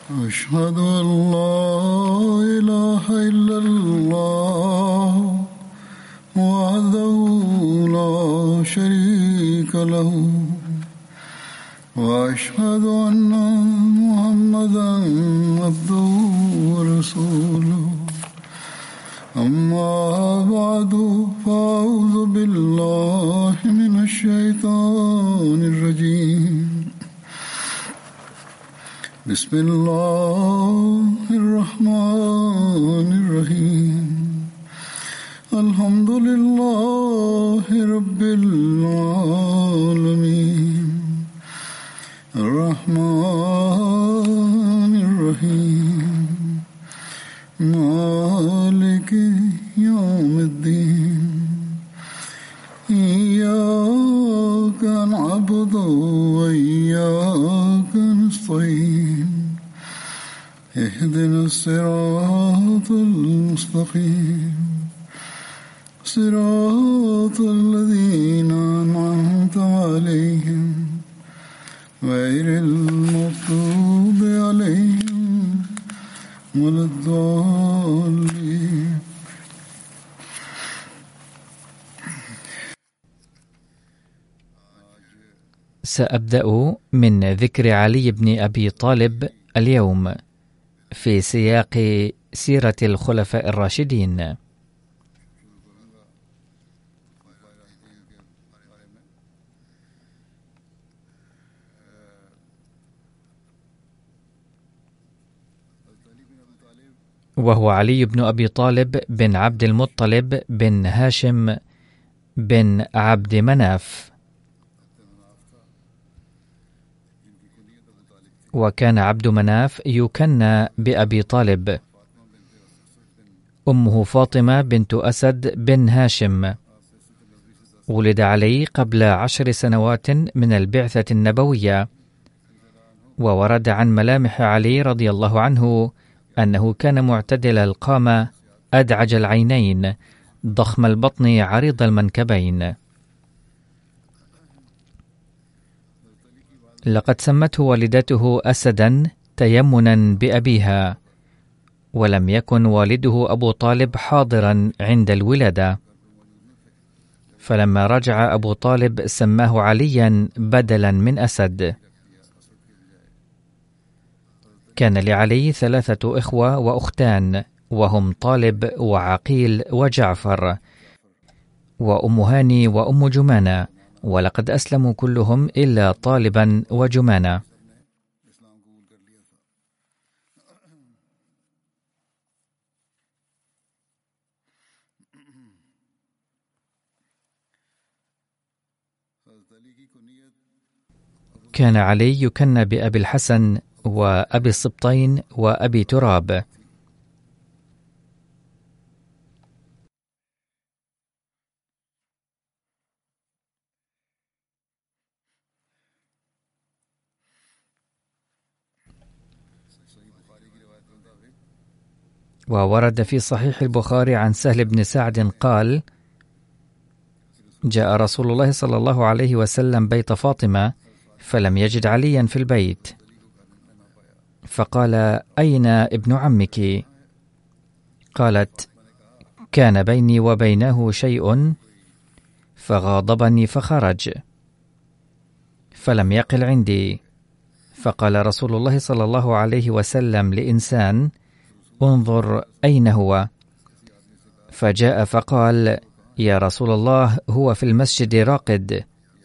أشهد أن لا إله إلا الله وحده لا شريك له وأشهد أن محمدا عبده ورسوله أما بعد فأعوذ بالله من الشيطان الرجيم بسم الله الرحمن الرحيم الحمد لله رب العالمين الرحمن الرحيم مالك يوم الدين إياك نعبد وإياك نستعين اهدنا الصراط المستقيم صراط الذين أنعمت عليهم غير المغضوب عليهم ولا الضالين. سأبدأ من ذكر علي بن أبي طالب اليوم في سياق سيرة الخلفاء الراشدين. وهو علي بن أبي طالب بن عبد المطلب بن هاشم بن عبد مناف، وكان عبد مناف يكنى بأبي طالب. أمه فاطمة بنت أسد بن هاشم. ولد علي قبل 10 سنوات من البعثة النبوية، وورد عن ملامح علي رضي الله عنه أنه كان معتدل القامة أدعج العينين ضخم البطن عريض المنكبين. لقد سمته والدته أسدا تيمنا بأبيها، ولم يكن والده أبو طالب حاضرا عند الولادة، فلما رجع أبو طالب سماه عليا بدلا من أسد. كان لعلي 3 إخوة وأختان، وهم طالب وعقيل وجعفر وأم هاني وأم جمانة، ولقد أسلموا كلهم إلا طالبا وجمانة. كان علي يكنى بأبي الحسن وأبي السبطين وأبي تراب. وورد في صحيح البخاري عن سهل بن سعد قال: جاء رسول الله صلى الله عليه وسلم بيت فاطمة فلم يجد عليا في البيت، فقال: أين ابن عمك؟ قالت: كان بيني وبينه شيء فغاضبني فخرج فلم يقل عندي. فقال رسول الله صلى الله عليه وسلم لإنسان: انظر أين هو؟ فجاء فقال: يا رسول الله، هو في المسجد راقد.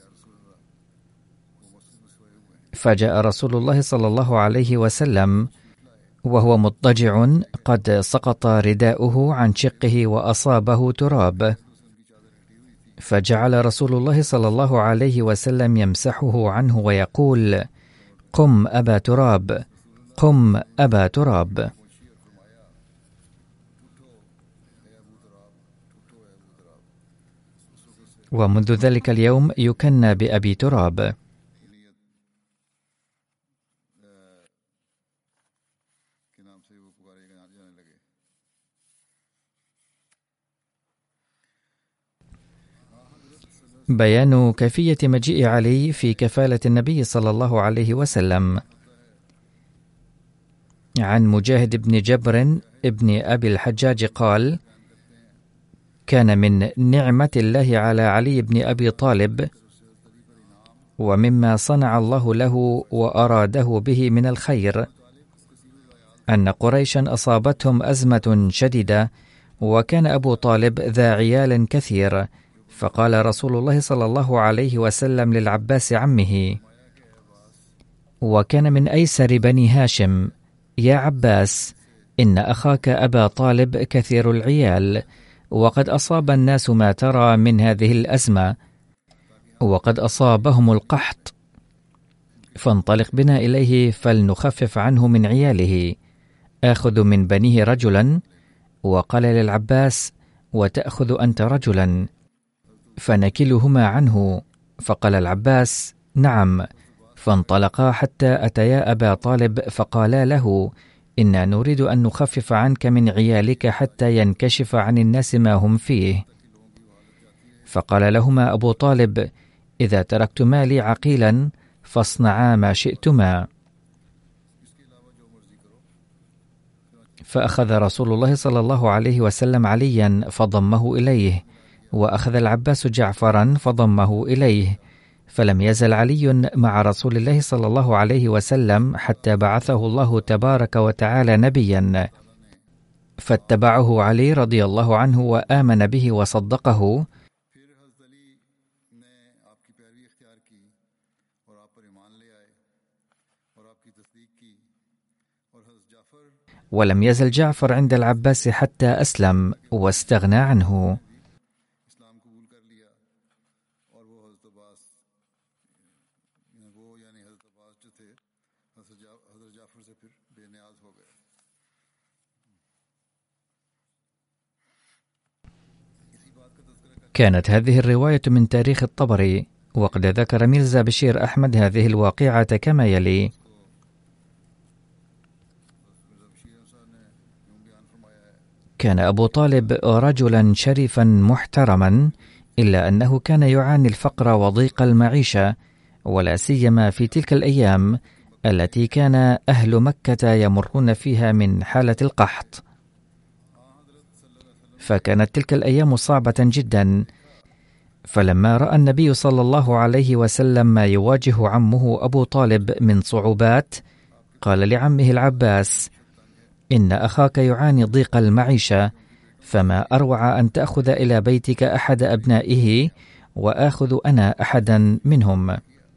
فجاء رسول الله صلى الله عليه وسلم وهو مضطجع قد سقط رداؤه عن شقه وأصابه تراب، فجعل رسول الله صلى الله عليه وسلم يمسحه عنه ويقول: قم أبا تراب، قم أبا تراب. ومنذ ذلك اليوم يكنى بأبي تراب. بيان كيفية مجيء علي في كفالة النبي صلى الله عليه وسلم. عن مجاهد بن جبر ابن أبي الحجاج قال: كان من نعمة الله على علي بن أبي طالب ومما صنع الله له وأراده به من الخير أن قريشا أصابتهم أزمة شديدة، وكان أبو طالب ذا عيال كثير، فقال رسول الله صلى الله عليه وسلم للعباس عمه، وكان من أيسر بني هاشم: يا عباس، إن أخاك أبا طالب كثير العيال، وقد أصاب الناس ما ترى من هذه الأزمة، وقد أصابهم القحط، فانطلق بنا إليه فلنخفف عنه من عياله، آخذ من بنيه رجلا. وقال للعباس: وتأخذ أنت رجلا، فنكلهما عنه. فقال العباس: نعم. فانطلقا حتى أتيا أبا طالب فقالا له: إنا نريد أن نخفف عنك من عيالك حتى ينكشف عن الناس ما هم فيه. فقال لهما أبو طالب: إذا تركتما لي عقيلا فاصنعا ما شئتما. فأخذ رسول الله صلى الله عليه وسلم عليا فضمه إليه، وأخذ العباس جعفرا فضمه إليه، فلم يزل علي مع رسول الله صلى الله عليه وسلم حتى بعثه الله تبارك وتعالى نبيا، فاتبعه علي رضي الله عنه وآمن به وصدقه. ولم يزل جعفر عند العباس حتى أسلم واستغنى عنه. كانت هذه الرواية من تاريخ الطبري، وقد ذكر ميرزا بشير أحمد هذه الواقعة كما يلي: كان أبو طالب رجلا شريفا محترما، إلا أنه كان يعاني الفقر وضيق المعيشة، ولا سيما في تلك الأيام التي كان أهل مكة يمرون فيها من حالة القحط. فكانت تلك الأيام صعبة جدا، فلما رأى النبي صلى الله عليه وسلم ما يواجه عمه أبو طالب من صعوبات، قال لعمه العباس: إن أخاك يعاني ضيق المعيشة، فما أروع أن تأخذ إلى بيتك أحد أبنائه وآخذ أنا أحدا منهم.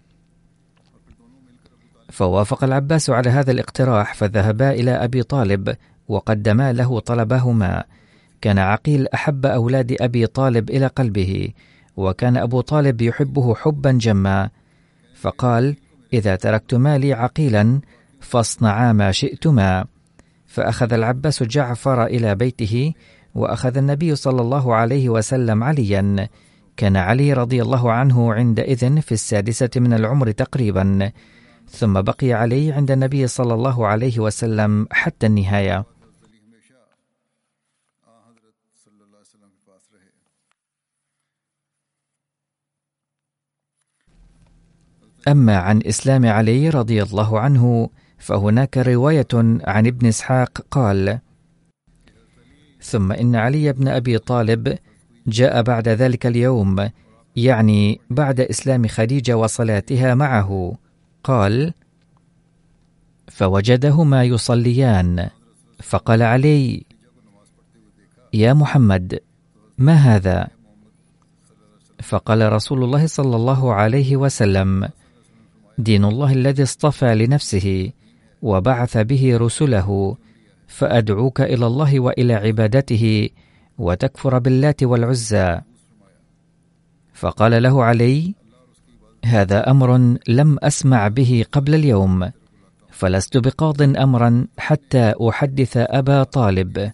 فوافق العباس على هذا الاقتراح، فذهبا إلى أبي طالب وقدما له طلبهما. كان عقيل أحب أولاد أبي طالب إلى قلبه، وكان أبو طالب يحبه حبا جما، فقال: إذا تركتما لي عقيلا فاصنعا ما شئتما. فأخذ العباس جعفر إلى بيته، وأخذ النبي صلى الله عليه وسلم عليا. كان علي رضي الله عنه عندئذ في 6 من العمر تقريبا، ثم بقي علي عند النبي صلى الله عليه وسلم حتى النهاية. أما عن إسلام علي رضي الله عنه فهناك رواية عن ابن إسحاق قال: ثم إن علي بن أبي طالب جاء بعد ذلك اليوم، يعني بعد إسلام خديجة وصلاتها معه، قال: فوجدهما يصليان، فقال علي: يا محمد، ما هذا؟ فقال رسول الله صلى الله عليه وسلم: دين الله الذي اصطفى لنفسه وبعث به رسله، فأدعوك إلى الله وإلى عبادته، وتكفر باللات والعزى. فقال له علي: هذا أمر لم أسمع به قبل اليوم، فلست بقاض أمرا حتى أحدث أبا طالب.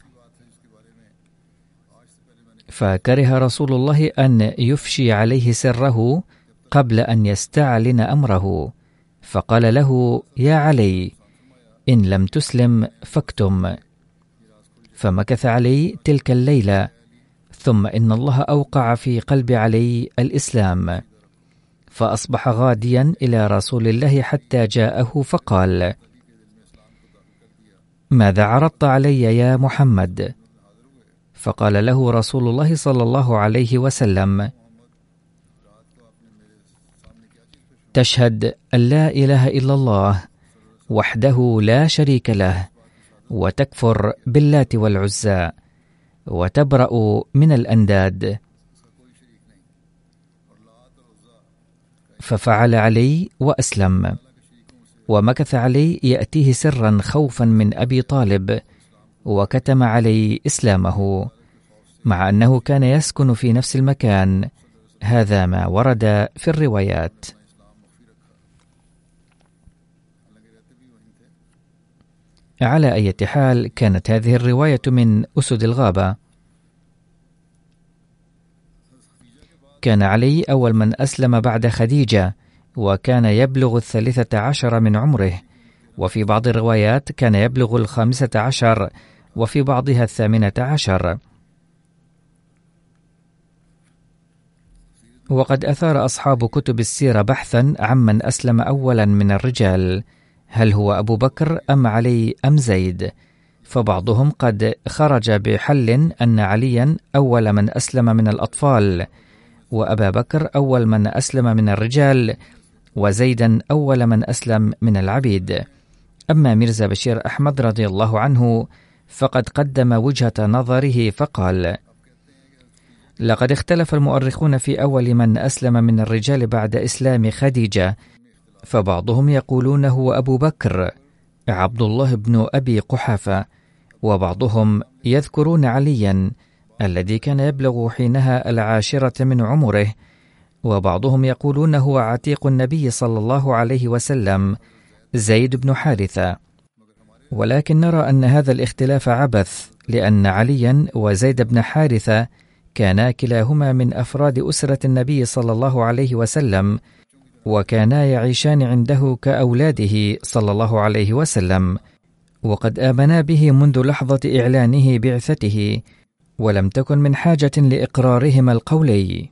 فكره رسول الله أن يفشي عليه سره قبل أن يستعلن أمره، فقال له: يا علي، إن لم تسلم فاكتم. فمكث علي تلك الليلة، ثم إن الله أوقع في قلب علي الإسلام، فأصبح غاديا إلى رسول الله حتى جاءه، فقال: ماذا عرضت علي يا محمد؟ فقال له رسول الله صلى الله عليه وسلم: تشهد أن لا إله إلا الله وحده لا شريك له، وتكفر باللات والعزى، وتبرأ من الأنداد. ففعل علي وأسلم، ومكث علي يأتيه سرا خوفا من أبي طالب، وكتم علي إسلامه، مع أنه كان يسكن في نفس المكان. هذا ما ورد في الروايات. على أي حال، كانت هذه الرواية من أسد الغابة. كان علي أول من أسلم بعد خديجة، وكان يبلغ 13 من عمره، وفي بعض الروايات كان يبلغ 15، وفي بعضها 18. وقد أثار أصحاب كتب السيرة بحثا عمن أسلم أولا من الرجال، هل هو أبو بكر أم علي أم زيد؟ فبعضهم قد خرج بحل أن عليا أول من أسلم من الأطفال، وأبا بكر أول من أسلم من الرجال، وزيدا أول من أسلم من العبيد. أما ميرزا بشير أحمد رضي الله عنه فقد قدم وجهة نظره فقال: لقد اختلف المؤرخون في أول من أسلم من الرجال بعد إسلام خديجة، فبعضهم يقولون هو أبو بكر عبد الله بن أبي قحافة، وبعضهم يذكرون عليا الذي كان يبلغ حينها 10 من عمره، وبعضهم يقولون هو عتيق النبي صلى الله عليه وسلم زيد بن حارثة. ولكن نرى أن هذا الاختلاف عبث، لأن عليا وزيد بن حارثة كانا كلاهما من أفراد أسرة النبي صلى الله عليه وسلم، وكانا يعيشان عنده كأولاده صلى الله عليه وسلم، وقد آمنا به منذ لحظة إعلانه بعثته، ولم تكن من حاجة لإقرارهما القولي،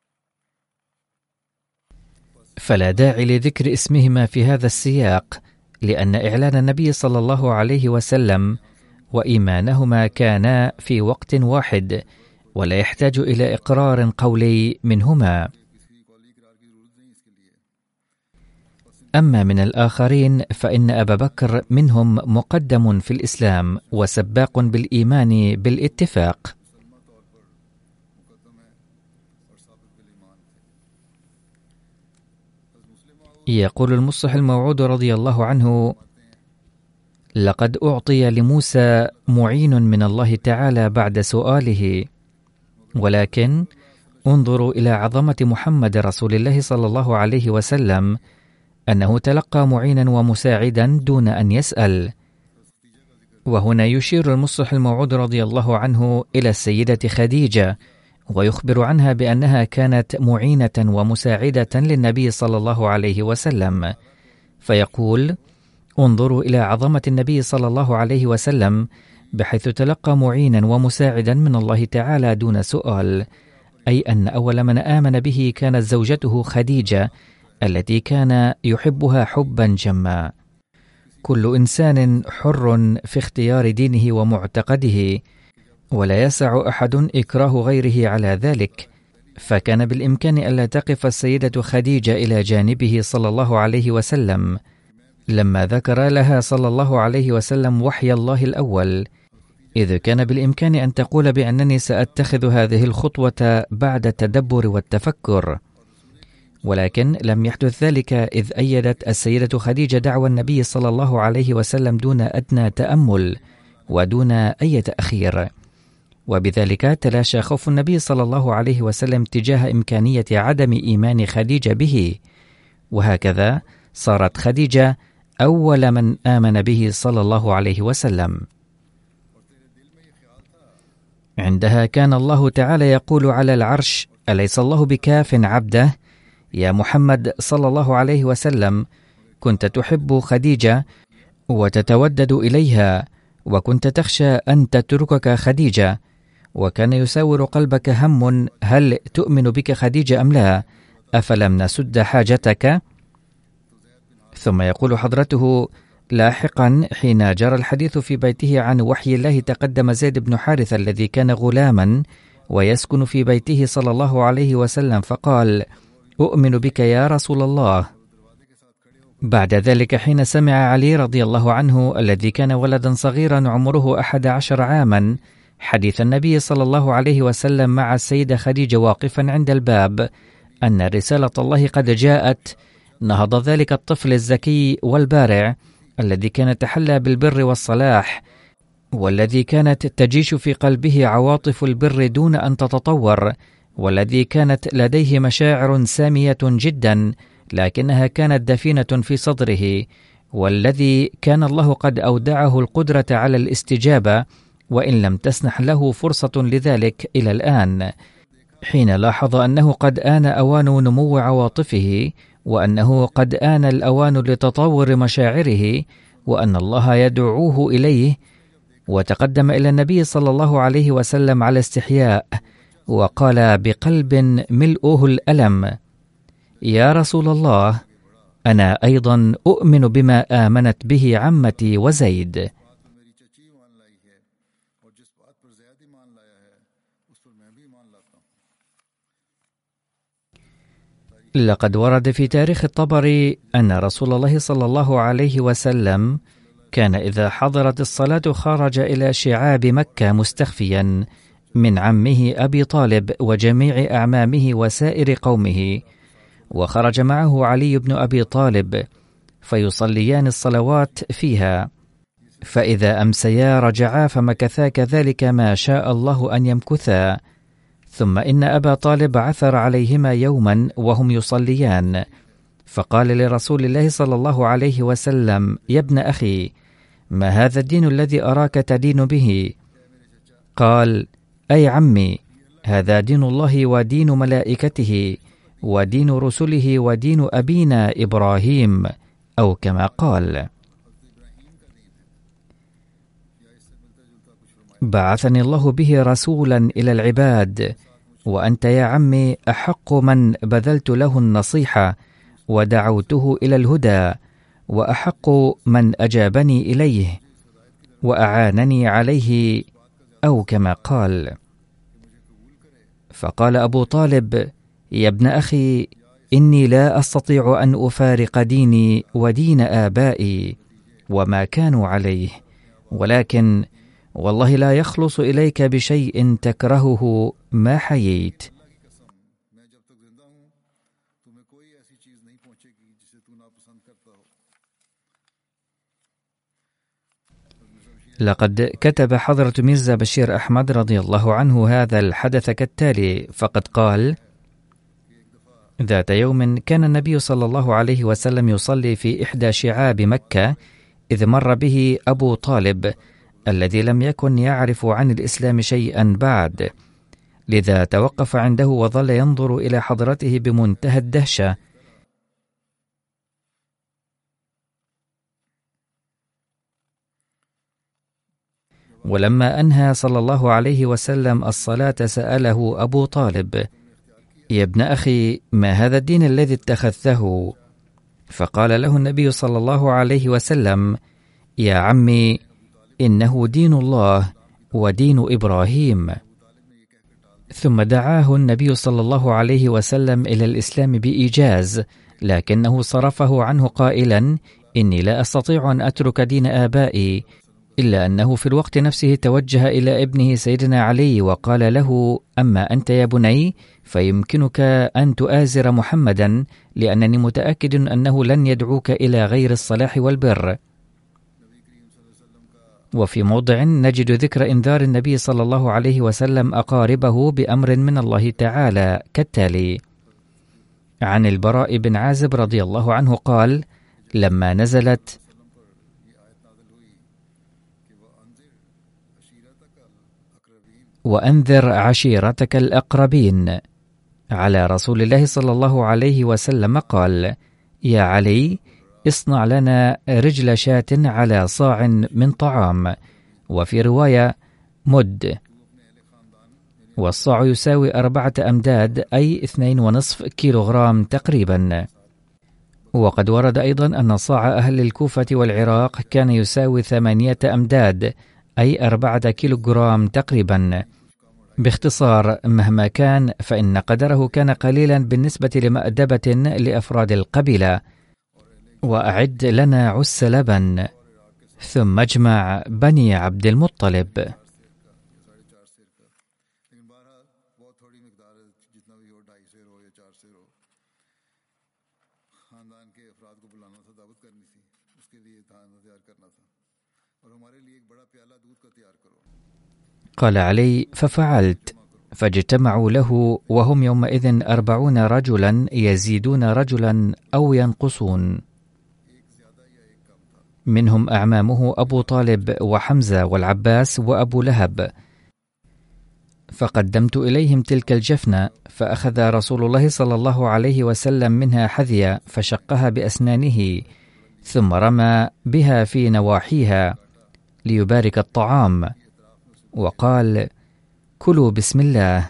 فلا داعي لذكر اسمهما في هذا السياق، لأن إعلان النبي صلى الله عليه وسلم وإيمانهما كانا في وقت واحد، ولا يحتاج إلى إقرار قولي منهما. أما من الآخرين فإن أبا بكر منهم مقدم في الإسلام وسباق بالإيمان بالاتفاق. يقول المصلح الموعود رضي الله عنه: لقد أعطي لموسى معين من الله تعالى بعد سؤاله، ولكن انظروا إلى عظمة محمد رسول الله صلى الله عليه وسلم، أنه تلقى معينا ومساعدا دون أن يسأل. وهنا يشير المصلح الموعود رضي الله عنه إلى السيدة خديجة، ويخبر عنها بأنها كانت معينة ومساعدة للنبي صلى الله عليه وسلم، فيقول: انظروا إلى عظمة النبي صلى الله عليه وسلم، بحيث تلقى معينا ومساعدا من الله تعالى دون سؤال، أي أن أول من آمن به كانت زوجته خديجة التي كان يحبها حبا جما. كل إنسان حر في اختيار دينه ومعتقده، ولا يسع أحد إكراه غيره على ذلك، فكان بالإمكان ألا تقف السيدة خديجة إلى جانبه صلى الله عليه وسلم لما ذكر لها صلى الله عليه وسلم وحي الله الأول، إذ كان بالإمكان أن تقول بأنني سأتخذ هذه الخطوة بعد التدبر والتفكر، ولكن لم يحدث ذلك، إذ أيدت السيدة خديجة دعوى النبي صلى الله عليه وسلم دون أدنى تأمل ودون أي تأخير، وبذلك تلاشى خوف النبي صلى الله عليه وسلم تجاه إمكانية عدم إيمان خديجة به، وهكذا صارت خديجة أول من آمن به صلى الله عليه وسلم. عندها كان الله تعالى يقول على العرش: أليس الله بكاف عبده؟ يا محمد صلى الله عليه وسلم، كنت تحب خديجة وتتودد إليها، وكنت تخشى أن تتركك خديجة، وكان يساور قلبك هم: هل تؤمن بك خديجة أم لا؟ أفلم نسد حاجتك؟ ثم يقول حضرته: لاحقا حين جرى الحديث في بيته عن وحي الله تقدم زيد بن حارثة الذي كان غلاما ويسكن في بيته صلى الله عليه وسلم فقال: أؤمن بك يا رسول الله. بعد ذلك حين سمع علي رضي الله عنه الذي كان ولدا صغيرا عمره 11 عاما حديث النبي صلى الله عليه وسلم مع السيدة خديجة واقفا عند الباب أن رسالة الله قد جاءت، نهض ذلك الطفل الذكي والبارع الذي كان تحلى بالبر والصلاح، والذي كانت تجيش في قلبه عواطف البر دون أن تتطور، والذي كانت لديه مشاعر سامية جدا لكنها كانت دفينة في صدره، والذي كان الله قد أودعه القدرة على الاستجابة وإن لم تسنح له فرصة لذلك إلى الآن. حين لاحظ أنه قد آن أوان نمو عواطفه، وأنه قد آن الأوان لتطور مشاعره، وأن الله يدعوه إليه، وتقدم إلى النبي صلى الله عليه وسلم على استحياء وقال بقلب ملؤه الألم: يا رسول الله، أنا أيضا أؤمن بما آمنت به عمتي وزيد. لقد ورد في تاريخ الطبري أن رسول الله صلى الله عليه وسلم كان إذا حضرت الصلاة خرج إلى شعاب مكة مستخفيا من عمه أبي طالب وجميع أعمامه وسائر قومه، وخرج معه علي بن أبي طالب فيصليان الصلوات فيها، فإذا أمسيا رجعا فمكثا كذلك ما شاء الله أن يمكثا، ثم إن أبا طالب عثر عليهما يوما وهم يصليان، فقال لرسول الله صلى الله عليه وسلم: يا ابن أخي، ما هذا الدين الذي أراك تدين به؟ قال: أي عمي، هذا دين الله ودين ملائكته ودين رسله ودين أبينا إبراهيم، أو كما قال. بعثني الله به رسولا إلى العباد، وأنت يا عمي أحق من بذلت له النصيحة ودعوته إلى الهدى، وأحق من أجابني إليه وأعانني عليه، أو كما قال. فقال أبو طالب: يا ابن أخي، إني لا أستطيع أن أفارق ديني ودين آبائي وما كانوا عليه، ولكن والله لا يخلص إليك بشيء تكرهه ما حييت. لقد كتب حضرة ميرزا بشير أحمد رضي الله عنه هذا الحدث كالتالي، فقد قال: ذات يوم كان النبي صلى الله عليه وسلم يصلي في إحدى شعاب مكة، إذ مر به أبو طالب الذي لم يكن يعرف عن الإسلام شيئا بعد، لذا توقف عنده وظل ينظر إلى حضرته بمنتهى الدهشة. ولما أنهى صلى الله عليه وسلم الصلاة سأله أبو طالب: يا ابن أخي، ما هذا الدين الذي اتخذته؟ فقال له النبي صلى الله عليه وسلم: يا عمي، إنه دين الله ودين إبراهيم. ثم دعاه النبي صلى الله عليه وسلم إلى الإسلام بإيجاز، لكنه صرفه عنه قائلا: إني لا أستطيع أن أترك دين آبائي، إلا أنه في الوقت نفسه توجه إلى ابنه سيدنا علي وقال له: أما أنت يا بني فيمكنك أن تؤازر محمدا، لأنني متأكد أنه لن يدعوك إلى غير الصلاح والبر. وفي موضع نجد ذكر إنذار النبي صلى الله عليه وسلم أقاربه بأمر من الله تعالى كالتالي: عن البراء بن عازب رضي الله عنه قال: لما نزلت: وأنذر عشيرتك الأقربين، على رسول الله صلى الله عليه وسلم قال: يا علي، اصنع لنا رجل شاة على صاع من طعام، وفي رواية مد، والصاع يساوي 4 أمداد أي 2.5 كيلوغرام تقريبا. وقد ورد أيضا أن صاع أهل الكوفة والعراق كان يساوي 8 أمداد، أي 4 كيلوغرام تقريبا. باختصار، مهما كان فإن قدره كان قليلا بالنسبة لمأدبة لأفراد القبيلة. وأعد لنا عس لبن، ثم اجمع بني عبد المطلب. قال علي: ففعلت، فاجتمعوا له وهم يومئذ 40 رجلا، يزيدون رجلا أو ينقصون، منهم أعمامه أبو طالب وحمزة والعباس وأبو لهب. فقدمت إليهم تلك الجفنة، فأخذ رسول الله صلى الله عليه وسلم منها حذية فشقها بأسنانه، ثم رمى بها في نواحيها ليبارك الطعام، وقال: كلوا بسم الله.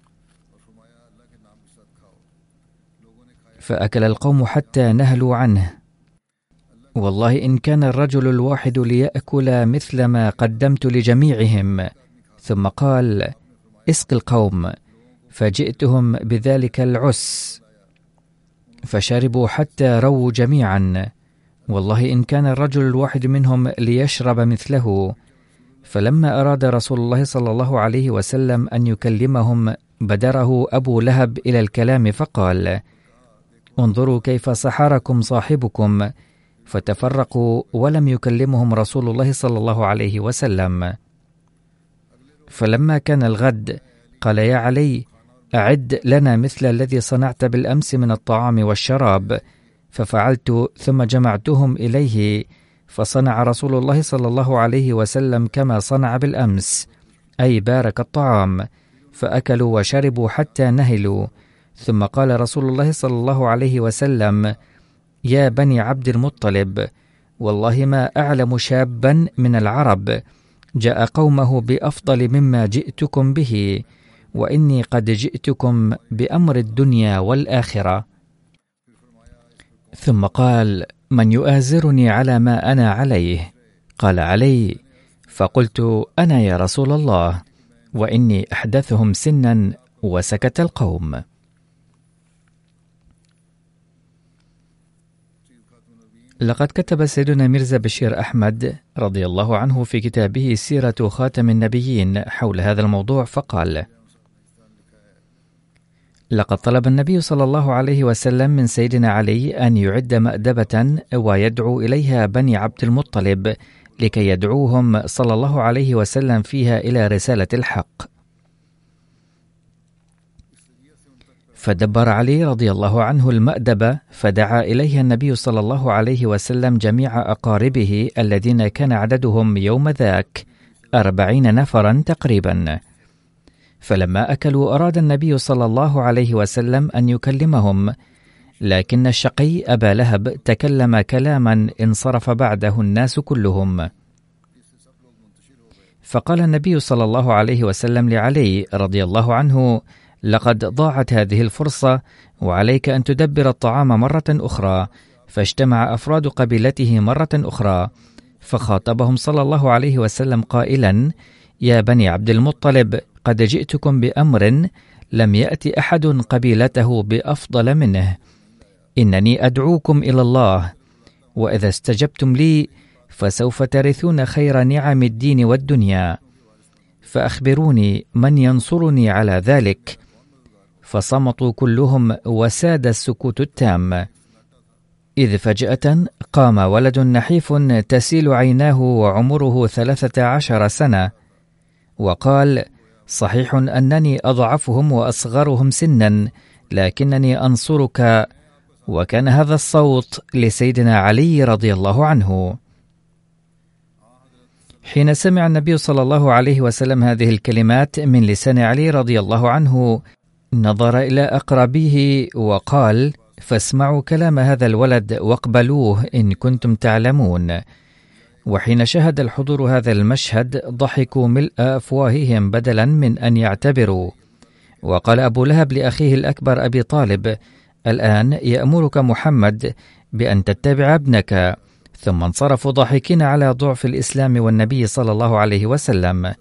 فأكل القوم حتى نهلوا عنه. والله إن كان الرجل الواحد ليأكل مثل ما قدمت لجميعهم. ثم قال: اسق القوم. فجئتهم بذلك العس، فشربوا حتى رووا جميعا. والله إن كان الرجل الواحد منهم ليشرب مثله. فلما أراد رسول الله صلى الله عليه وسلم أن يكلمهم، بدره أبو لهب إلى الكلام فقال: انظروا كيف سحركم صاحبكم. فتفرقوا ولم يكلمهم رسول الله صلى الله عليه وسلم. فلما كان الغد قال: يا علي، أعد لنا مثل الذي صنعت بالأمس من الطعام والشراب. ففعلت، ثم جمعتهم إليه، فصنع رسول الله صلى الله عليه وسلم كما صنع بالأمس، أي بارك الطعام، فأكلوا وشربوا حتى نهلوا. ثم قال رسول الله صلى الله عليه وسلم: يا بني عبد المطلب، والله ما أعلم شابا من العرب جاء قومه بأفضل مما جئتكم به، وإني قد جئتكم بأمر الدنيا والآخرة. ثم قال: من يؤازرني على ما أنا عليه؟ قال علي: فقلت: أنا يا رسول الله، وإني أحدثهم سنا. وسكت القوم. لقد كتب سيدنا ميرزا بشير أحمد رضي الله عنه في كتابه سيرة خاتم النبيين حول هذا الموضوع، فقال: لقد طلب النبي صلى الله عليه وسلم من سيدنا علي أن يعد مأدبة ويدعو إليها بني عبد المطلب، لكي يدعوهم صلى الله عليه وسلم فيها إلى رسالة الحق. فدبر علي رضي الله عنه المأدبة، فدعا إليها النبي صلى الله عليه وسلم جميع أقاربه الذين كان عددهم يوم ذاك 40 نفرا تقريبا. فلما أكلوا أراد النبي صلى الله عليه وسلم أن يكلمهم، لكن الشقي أبا لهب تكلم كلاما انصرف بعده الناس كلهم. فقال النبي صلى الله عليه وسلم لعلي رضي الله عنه: لقد ضاعت هذه الفرصة، وعليك أن تدبر الطعام مرة أخرى. فاجتمع أفراد قبيلته مرة أخرى، فخاطبهم صلى الله عليه وسلم قائلا: يا بني عبد المطلب، قد جئتكم بأمر لم يأتي أحد قبيلته بأفضل منه. إنني أدعوكم إلى الله، وإذا استجبتم لي فسوف ترثون خير نعم الدين والدنيا، فأخبروني من ينصرني على ذلك. فصمتوا كلهم، وساد السكوت التام، إذ فجأة قام ولد نحيف تسيل عيناه وعمره 13 سنة، وقال: صحيح أنني أضعفهم وأصغرهم سنا، لكنني أنصرك. وكان هذا الصوت لسيدنا علي رضي الله عنه. حين سمع النبي صلى الله عليه وسلم هذه الكلمات من لسان علي رضي الله عنه، نظر إلى أقربيه وقال: فاسمعوا كلام هذا الولد واقبلوه إن كنتم تعلمون. وحين شهد الحضور هذا المشهد ضحكوا ملء أفواههم بدلا من أن يعتبروا. وقال أبو لهب لأخيه الأكبر أبي طالب: الآن يأمرك محمد بأن تتبع ابنك. ثم انصرفوا ضاحكين على ضعف الإسلام والنبي صلى الله عليه وسلم.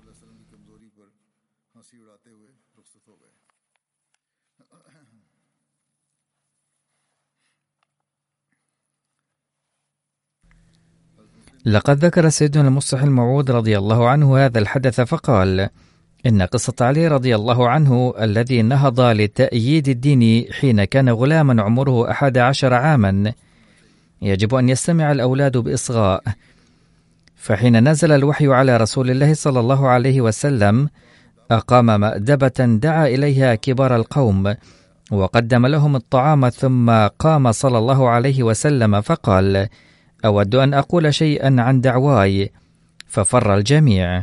لقد ذكر سيدنا المصلح الموعود رضي الله عنه هذا الحدث فقال: إن قصة علي رضي الله عنه الذي نهض لتأييد الدين حين كان غلاما عمره 11 عاما يجب أن يستمع الأولاد بإصغاء. فحين نزل الوحي على رسول الله صلى الله عليه وسلم أقام مأدبة دعا إليها كبار القوم وقدم لهم الطعام، ثم قام صلى الله عليه وسلم فقال: أود أن أقول شيئا عن دعواي، ففر الجميع.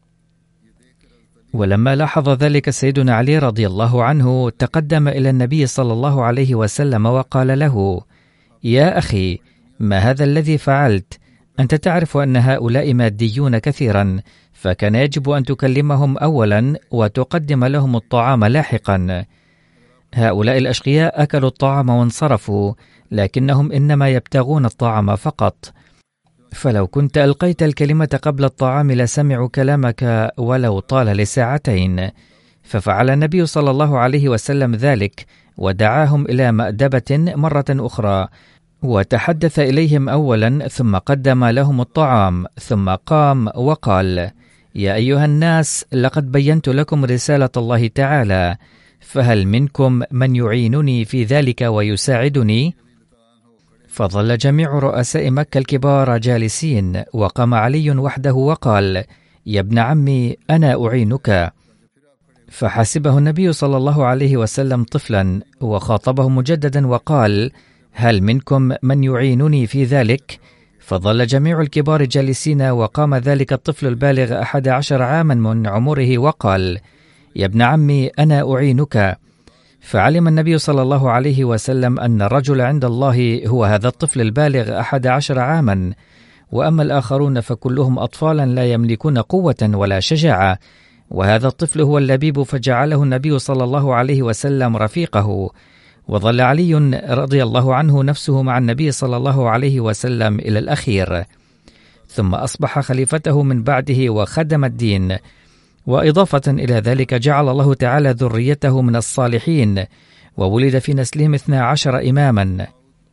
ولما لاحظ ذلك سيدنا علي رضي الله عنه تقدم إلى النبي صلى الله عليه وسلم وقال له: يا أخي، ما هذا الذي فعلت؟ أنت تعرف أن هؤلاء ماديون كثيرا، فكان يجب أن تكلمهم أولا وتقدم لهم الطعام لاحقا. هؤلاء الأشقياء أكلوا الطعام وانصرفوا، لكنهم إنما يبتغون الطعام فقط. فلو كنت ألقيت الكلمة قبل الطعام لسمعوا كلامك ولو طال لساعتين. ففعل النبي صلى الله عليه وسلم ذلك ودعاهم إلى مأدبة مرة أخرى وتحدث إليهم أولا، ثم قدم لهم الطعام، ثم قام وقال: يا أيها الناس، لقد بينت لكم رسالة الله تعالى، فهل منكم من يعينني في ذلك ويساعدني؟ فظل جميع رؤساء مكة الكبار جالسين، وقام علي وحده وقال: يا ابن عمي، أنا أعينك. فحسبه النبي صلى الله عليه وسلم طفلا وخاطبه مجددا وقال: هل منكم من يعينني في ذلك؟ فظل جميع الكبار جالسين، وقام ذلك الطفل البالغ 11 عاما من عمره وقال: يا ابن عمي، أنا أعينك. فعلم النبي صلى الله عليه وسلم أن الرجل عند الله هو هذا الطفل البالغ 11 عاما، وأما الآخرون فكلهم أطفالا لا يملكون قوة ولا شجاعة، وهذا الطفل هو اللبيب، فجعله النبي صلى الله عليه وسلم رفيقه. وظل علي رضي الله عنه نفسه مع النبي صلى الله عليه وسلم إلى الأخير، ثم أصبح خليفته من بعده وخدم الدين. وإضافة إلى ذلك جعل الله تعالى ذريته من الصالحين، وولد في نسلهم 12 إماما.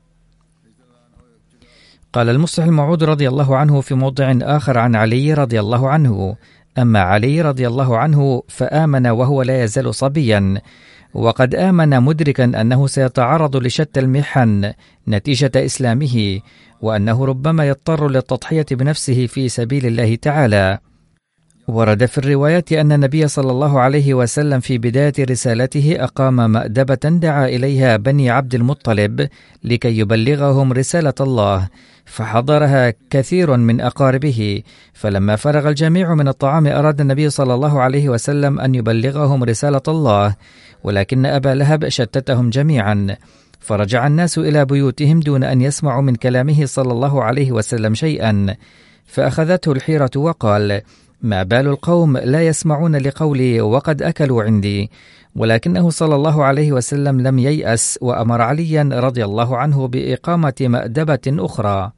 قال المصلح الموعود رضي الله عنه في موضع آخر عن علي رضي الله عنه: أما علي رضي الله عنه فآمن وهو لا يزال صبيا، وقد آمن مدركا أنه سيتعرض لشتى المحن نتيجة إسلامه، وأنه ربما يضطر للتضحية بنفسه في سبيل الله تعالى. ورد في الروايات أن النبي صلى الله عليه وسلم في بداية رسالته أقام مأدبة دعا إليها بني عبد المطلب لكي يبلغهم رسالة الله، فحضرها كثير من أقاربه. فلما فرغ الجميع من الطعام أراد النبي صلى الله عليه وسلم أن يبلغهم رسالة الله، ولكن أبا لهب شتتهم جميعا، فرجع الناس إلى بيوتهم دون أن يسمعوا من كلامه صلى الله عليه وسلم شيئا. فأخذته الحيرة وقال: ما بال القوم لا يسمعون لقولي وقد أكلوا عندي؟ ولكنه صلى الله عليه وسلم لم ييأس، وأمر عليا رضي الله عنه بإقامة مأدبة أخرى،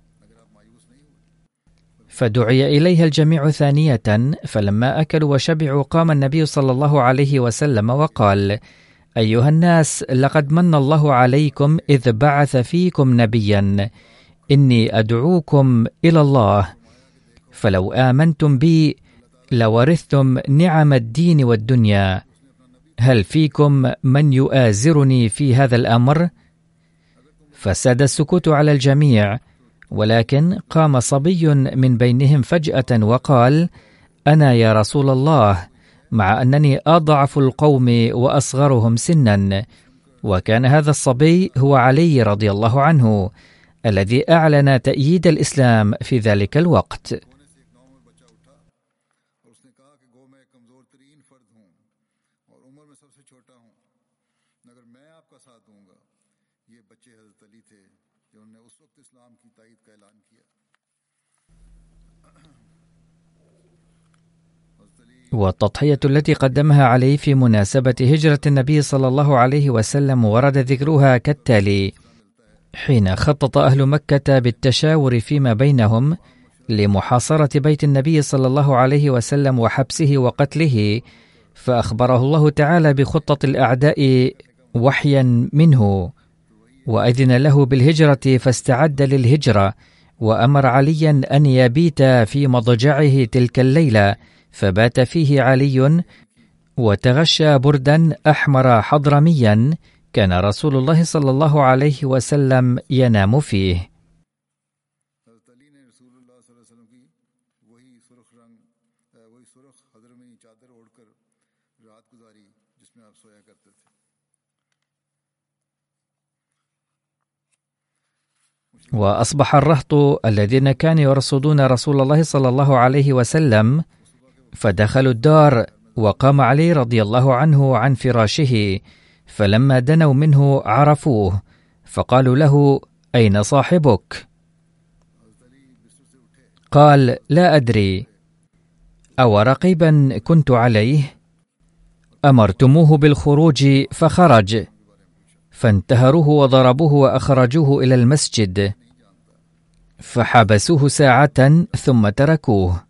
فدعي إليها الجميع ثانية. فلما أكلوا وشبعوا قام النبي صلى الله عليه وسلم وقال: أيها الناس، لقد من الله عليكم إذ بعث فيكم نبيا، إني أدعوكم إلى الله، فلو آمنتم بي لورثتم نعم الدين والدنيا. هل فيكم من يؤازرني في هذا الأمر؟ فساد السكوت على الجميع، ولكن قام صبي من بينهم فجأة وقال: أنا يا رسول الله، مع أنني أضعف القوم وأصغرهم سنا. وكان هذا الصبي هو علي رضي الله عنه الذي أعلن تأييد الإسلام في ذلك الوقت. والتضحية التي قدمها علي في مناسبة هجرة النبي صلى الله عليه وسلم ورد ذكرها كالتالي: حين خطط أهل مكة بالتشاور فيما بينهم لمحاصرة بيت النبي صلى الله عليه وسلم وحبسه وقتله، فأخبره الله تعالى بخطة الأعداء وحيا منه، وأذن له بالهجرة فاستعد للهجرة، وأمر عليا أن يبيت في مضجعه تلك الليلة، فبات فيه علي وتغشى بردا أحمر حضرميا كان رسول الله صلى الله عليه وسلم ينام فيه. وأصبح الرهط الذين كانوا يرصدون رسول الله صلى الله عليه وسلم فدخلوا الدار، وقام علي رضي الله عنه عن فراشه، فلما دنوا منه عرفوه، فقالوا له: أين صاحبك؟ قال: لا أدري، أو رقيبا كنت عليه؟ أمرتموه بالخروج فخرج، فانتهروه وضربوه وأخرجوه إلى المسجد، فحبسوه ساعة ثم تركوه.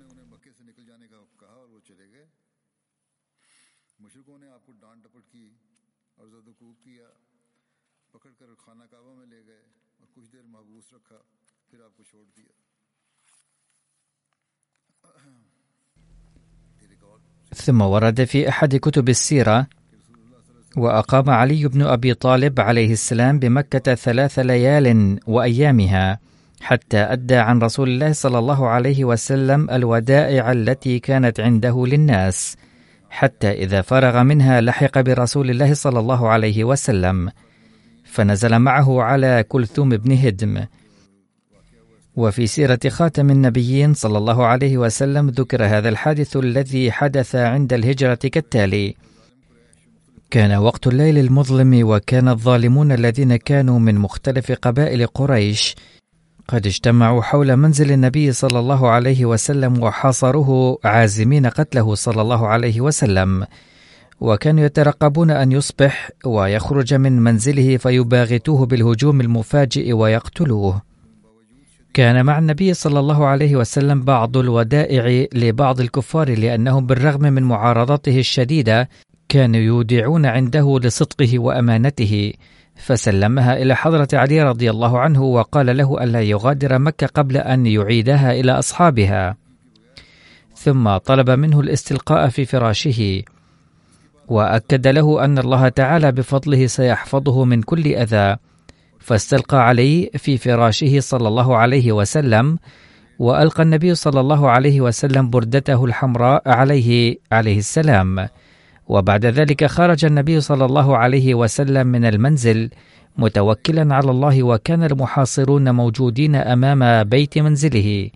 ثم ورد في أحد كتب السيرة: وأقام علي بن أبي طالب عليه السلام بمكة 3 ليال وأيامها، حتى أدى عن رسول الله صلى الله عليه وسلم الودائع التي كانت عنده للناس، حتى إذا فرغ منها لحق برسول الله صلى الله عليه وسلم، فنزل معه على كلثوم بن هدم. وفي سيرة خاتم النبيين صلى الله عليه وسلم ذكر هذا الحادث الذي حدث عند الهجرة كالتالي: كان وقت الليل المظلم، وكان الظالمون الذين كانوا من مختلف قبائل قريش قد اجتمعوا حول منزل النبي صلى الله عليه وسلم وحاصروه عازمين قتله صلى الله عليه وسلم، وكانوا يترقبون أن يصبح ويخرج من منزله فيباغتوه بالهجوم المفاجئ ويقتلوه. كان مع النبي صلى الله عليه وسلم بعض الودائع لبعض الكفار، لأنهم بالرغم من معارضته الشديدة كانوا يودعون عنده لصدقه وأمانته، فسلمها إلى حضرة علي رضي الله عنه، وقال له ألا يغادر مكة قبل أن يعيدها إلى أصحابها، ثم طلب منه الاستلقاء في فراشه، وأكد له أن الله تعالى بفضله سيحفظه من كل أذى، فاستلقى علي في فراشه صلى الله عليه وسلم، وألقى النبي صلى الله عليه وسلم بردته الحمراء عليه السلام. وبعد ذلك خرج النبي صلى الله عليه وسلم من المنزل متوكلا على الله، وكان المحاصرون موجودين أمام بيت منزله،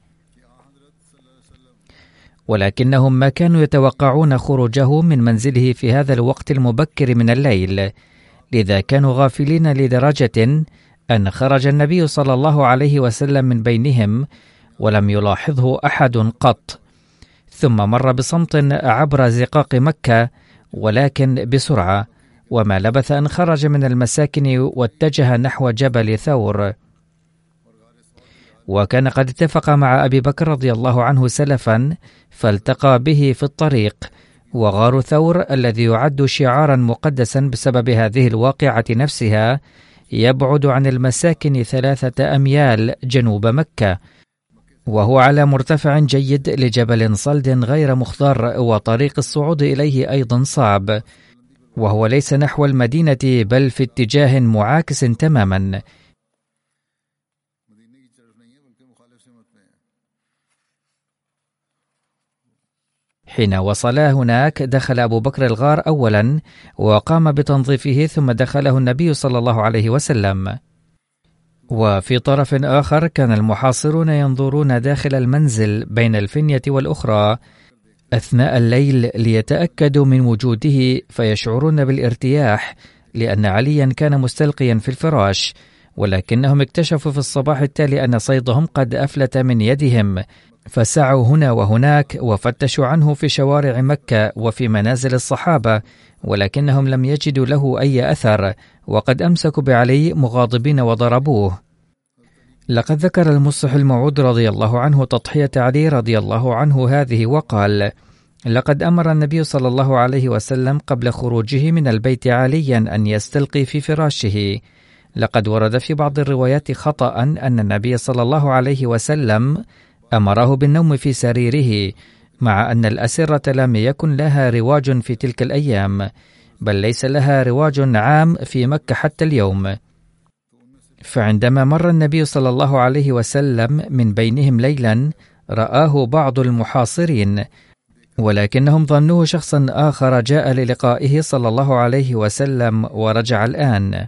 ولكنهم ما كانوا يتوقعون خروجه من منزله في هذا الوقت المبكر من الليل، لذا كانوا غافلين لدرجة أن خرج النبي صلى الله عليه وسلم من بينهم ولم يلاحظه أحد قط، ثم مر بصمت عبر زقاق مكة ولكن بسرعة، وما لبث أن خرج من المساكن واتجه نحو جبل ثور. وكان قد اتفق مع أبي بكر رضي الله عنه سلفا، فالتقى به في الطريق. وغار ثور الذي يعد شعارا مقدسا بسبب هذه الواقعة نفسها يبعد عن المساكن 3 أميال جنوب مكة، وهو على مرتفع جيد لجبل صلد غير مخضر، وطريق الصعود إليه أيضا صعب، وهو ليس نحو المدينة بل في اتجاه معاكس تماما. حين وصلا هناك دخل أبو بكر الغار أولا وقام بتنظيفه، ثم دخله النبي صلى الله عليه وسلم. وفي طرف آخر كان المحاصرون ينظرون داخل المنزل بين الفنية والأخرى أثناء الليل ليتأكدوا من وجوده، فيشعرون بالارتياح لأن عليا كان مستلقيا في الفراش، ولكنهم اكتشفوا في الصباح التالي أن صيدهم قد أفلت من يدهم، فسعوا هنا وهناك وفتشوا عنه في شوارع مكة وفي منازل الصحابة، ولكنهم لم يجدوا له أي أثر، وقد أمسكوا بعلي مغاضبين وضربوه. لقد ذكر المصلح الموعود رضي الله عنه تضحية علي رضي الله عنه هذه وقال: لقد أمر النبي صلى الله عليه وسلم قبل خروجه من البيت عليا أن يستلقي في فراشه. لقد ورد في بعض الروايات خطأ أن النبي صلى الله عليه وسلم أمره بالنوم في سريره، مع أن الأسرة لم يكن لها رواج في تلك الأيام، بل ليس لها رواج عام في مكة حتى اليوم. فعندما مر النبي صلى الله عليه وسلم من بينهم ليلا رآه بعض المحاصرين، ولكنهم ظنوه شخصا آخر جاء للقائه صلى الله عليه وسلم ورجع الآن.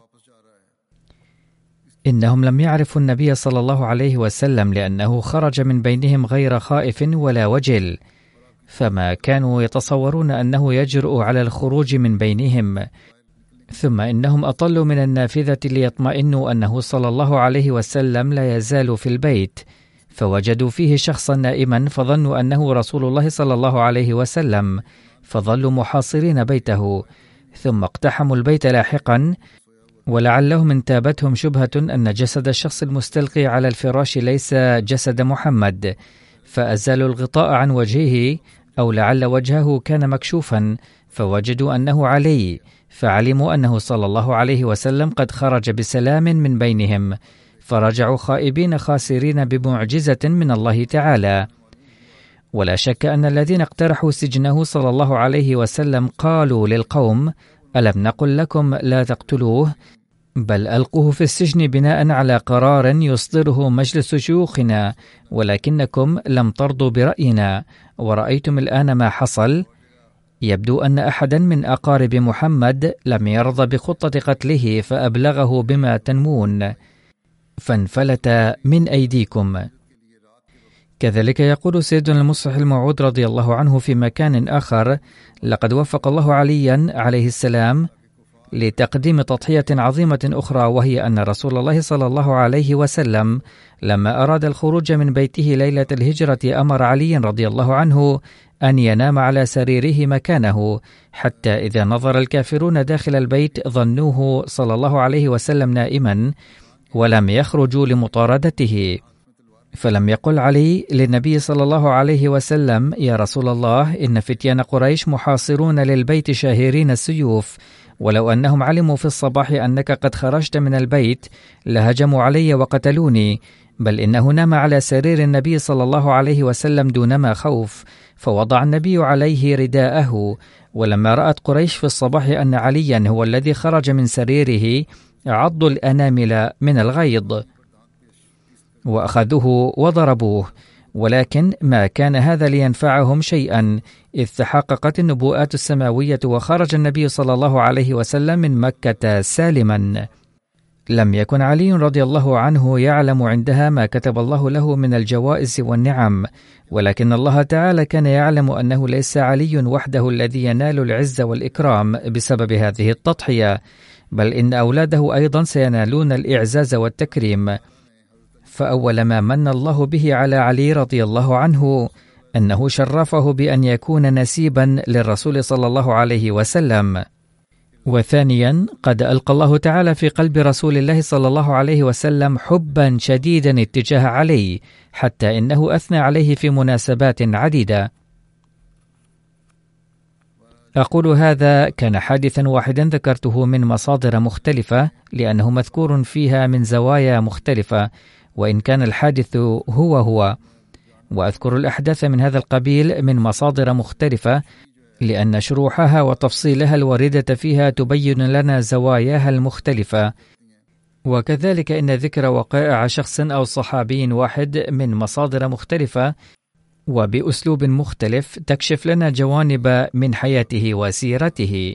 إنهم لم يعرفوا النبي صلى الله عليه وسلم لأنه خرج من بينهم غير خائف ولا وجل، فما كانوا يتصورون أنه يجرؤ على الخروج من بينهم. ثم إنهم أطلوا من النافذة ليطمئنوا أنه صلى الله عليه وسلم لا يزال في البيت، فوجدوا فيه شخصا نائما فظنوا أنه رسول الله صلى الله عليه وسلم، فظلوا محاصرين بيته، ثم اقتحموا البيت لاحقا، ولعلهم انتابتهم شبهة أن جسد الشخص المستلقي على الفراش ليس جسد محمد، فأزالوا الغطاء عن وجهه، أو لعل وجهه كان مكشوفا، فوجدوا أنه علي، فعلموا أنه صلى الله عليه وسلم قد خرج بسلام من بينهم، فرجعوا خائبين خاسرين بمعجزة من الله تعالى. ولا شك أن الذين اقترحوا سجنه صلى الله عليه وسلم قالوا للقوم: ألم نقل لكم لا تقتلوه، بل ألقوه في السجن بناء على قرار يصدره مجلس شيوخنا، ولكنكم لم ترضوا برأينا، ورأيتم الآن ما حصل. يبدو أن أحدا من أقارب محمد لم يرضى بخطة قتله فأبلغه بما تنمون، فانفلت من أيديكم. كذلك يقول سيدنا المصلح الموعود رضي الله عنه في مكان آخر: لقد وفق الله عليا عليه السلام لتقديم تضحية عظيمة أخرى، وهي أن رسول الله صلى الله عليه وسلم لما أراد الخروج من بيته ليلة الهجرة أمر علي رضي الله عنه أن ينام على سريره مكانه، حتى إذا نظر الكافرون داخل البيت ظنوه صلى الله عليه وسلم نائما ولم يخرجوا لمطاردته. فلم يقل علي للنبي صلى الله عليه وسلم: يا رسول الله، إن فتيان قريش محاصرون للبيت شاهرين السيوف، ولو أنهم علموا في الصباح أنك قد خرجت من البيت لهجموا علي وقتلوني، بل إنه نام على سرير النبي صلى الله عليه وسلم دونما خوف، فوضع النبي عليه رداءه، ولما رأت قريش في الصباح أن عليا هو الذي خرج من سريره عضوا الأنامل من الغيظ وأخذوه وضربوه، ولكن ما كان هذا لينفعهم شيئا، إذ تحققت النبوءات السماوية وخرج النبي صلى الله عليه وسلم من مكة سالما. لم يكن علي رضي الله عنه يعلم عندها ما كتب الله له من الجوائز والنعم، ولكن الله تعالى كان يعلم أنه ليس علي وحده الذي ينال العز والإكرام بسبب هذه التضحية، بل إن أولاده أيضا سينالون الإعزاز والتكريم. فأول ما من الله به على علي رضي الله عنه أنه شرفه بأن يكون نسيبا للرسول صلى الله عليه وسلم. وثانيا، قد ألقى الله تعالى في قلب رسول الله صلى الله عليه وسلم حبا شديدا اتجاه علي، حتى إنه أثنى عليه في مناسبات عديدة. أقول هذا كان حادثا واحدا ذكرته من مصادر مختلفة، لأنه مذكور فيها من زوايا مختلفة، وإن كان الحادث هو، وأذكر الأحداث من هذا القبيل من مصادر مختلفة، لأن شروحها وتفصيلها الواردة فيها تبين لنا زواياها المختلفة. وكذلك إن ذكر وقائع شخص أو صحابي واحد من مصادر مختلفة وبأسلوب مختلف تكشف لنا جوانب من حياته وسيرته.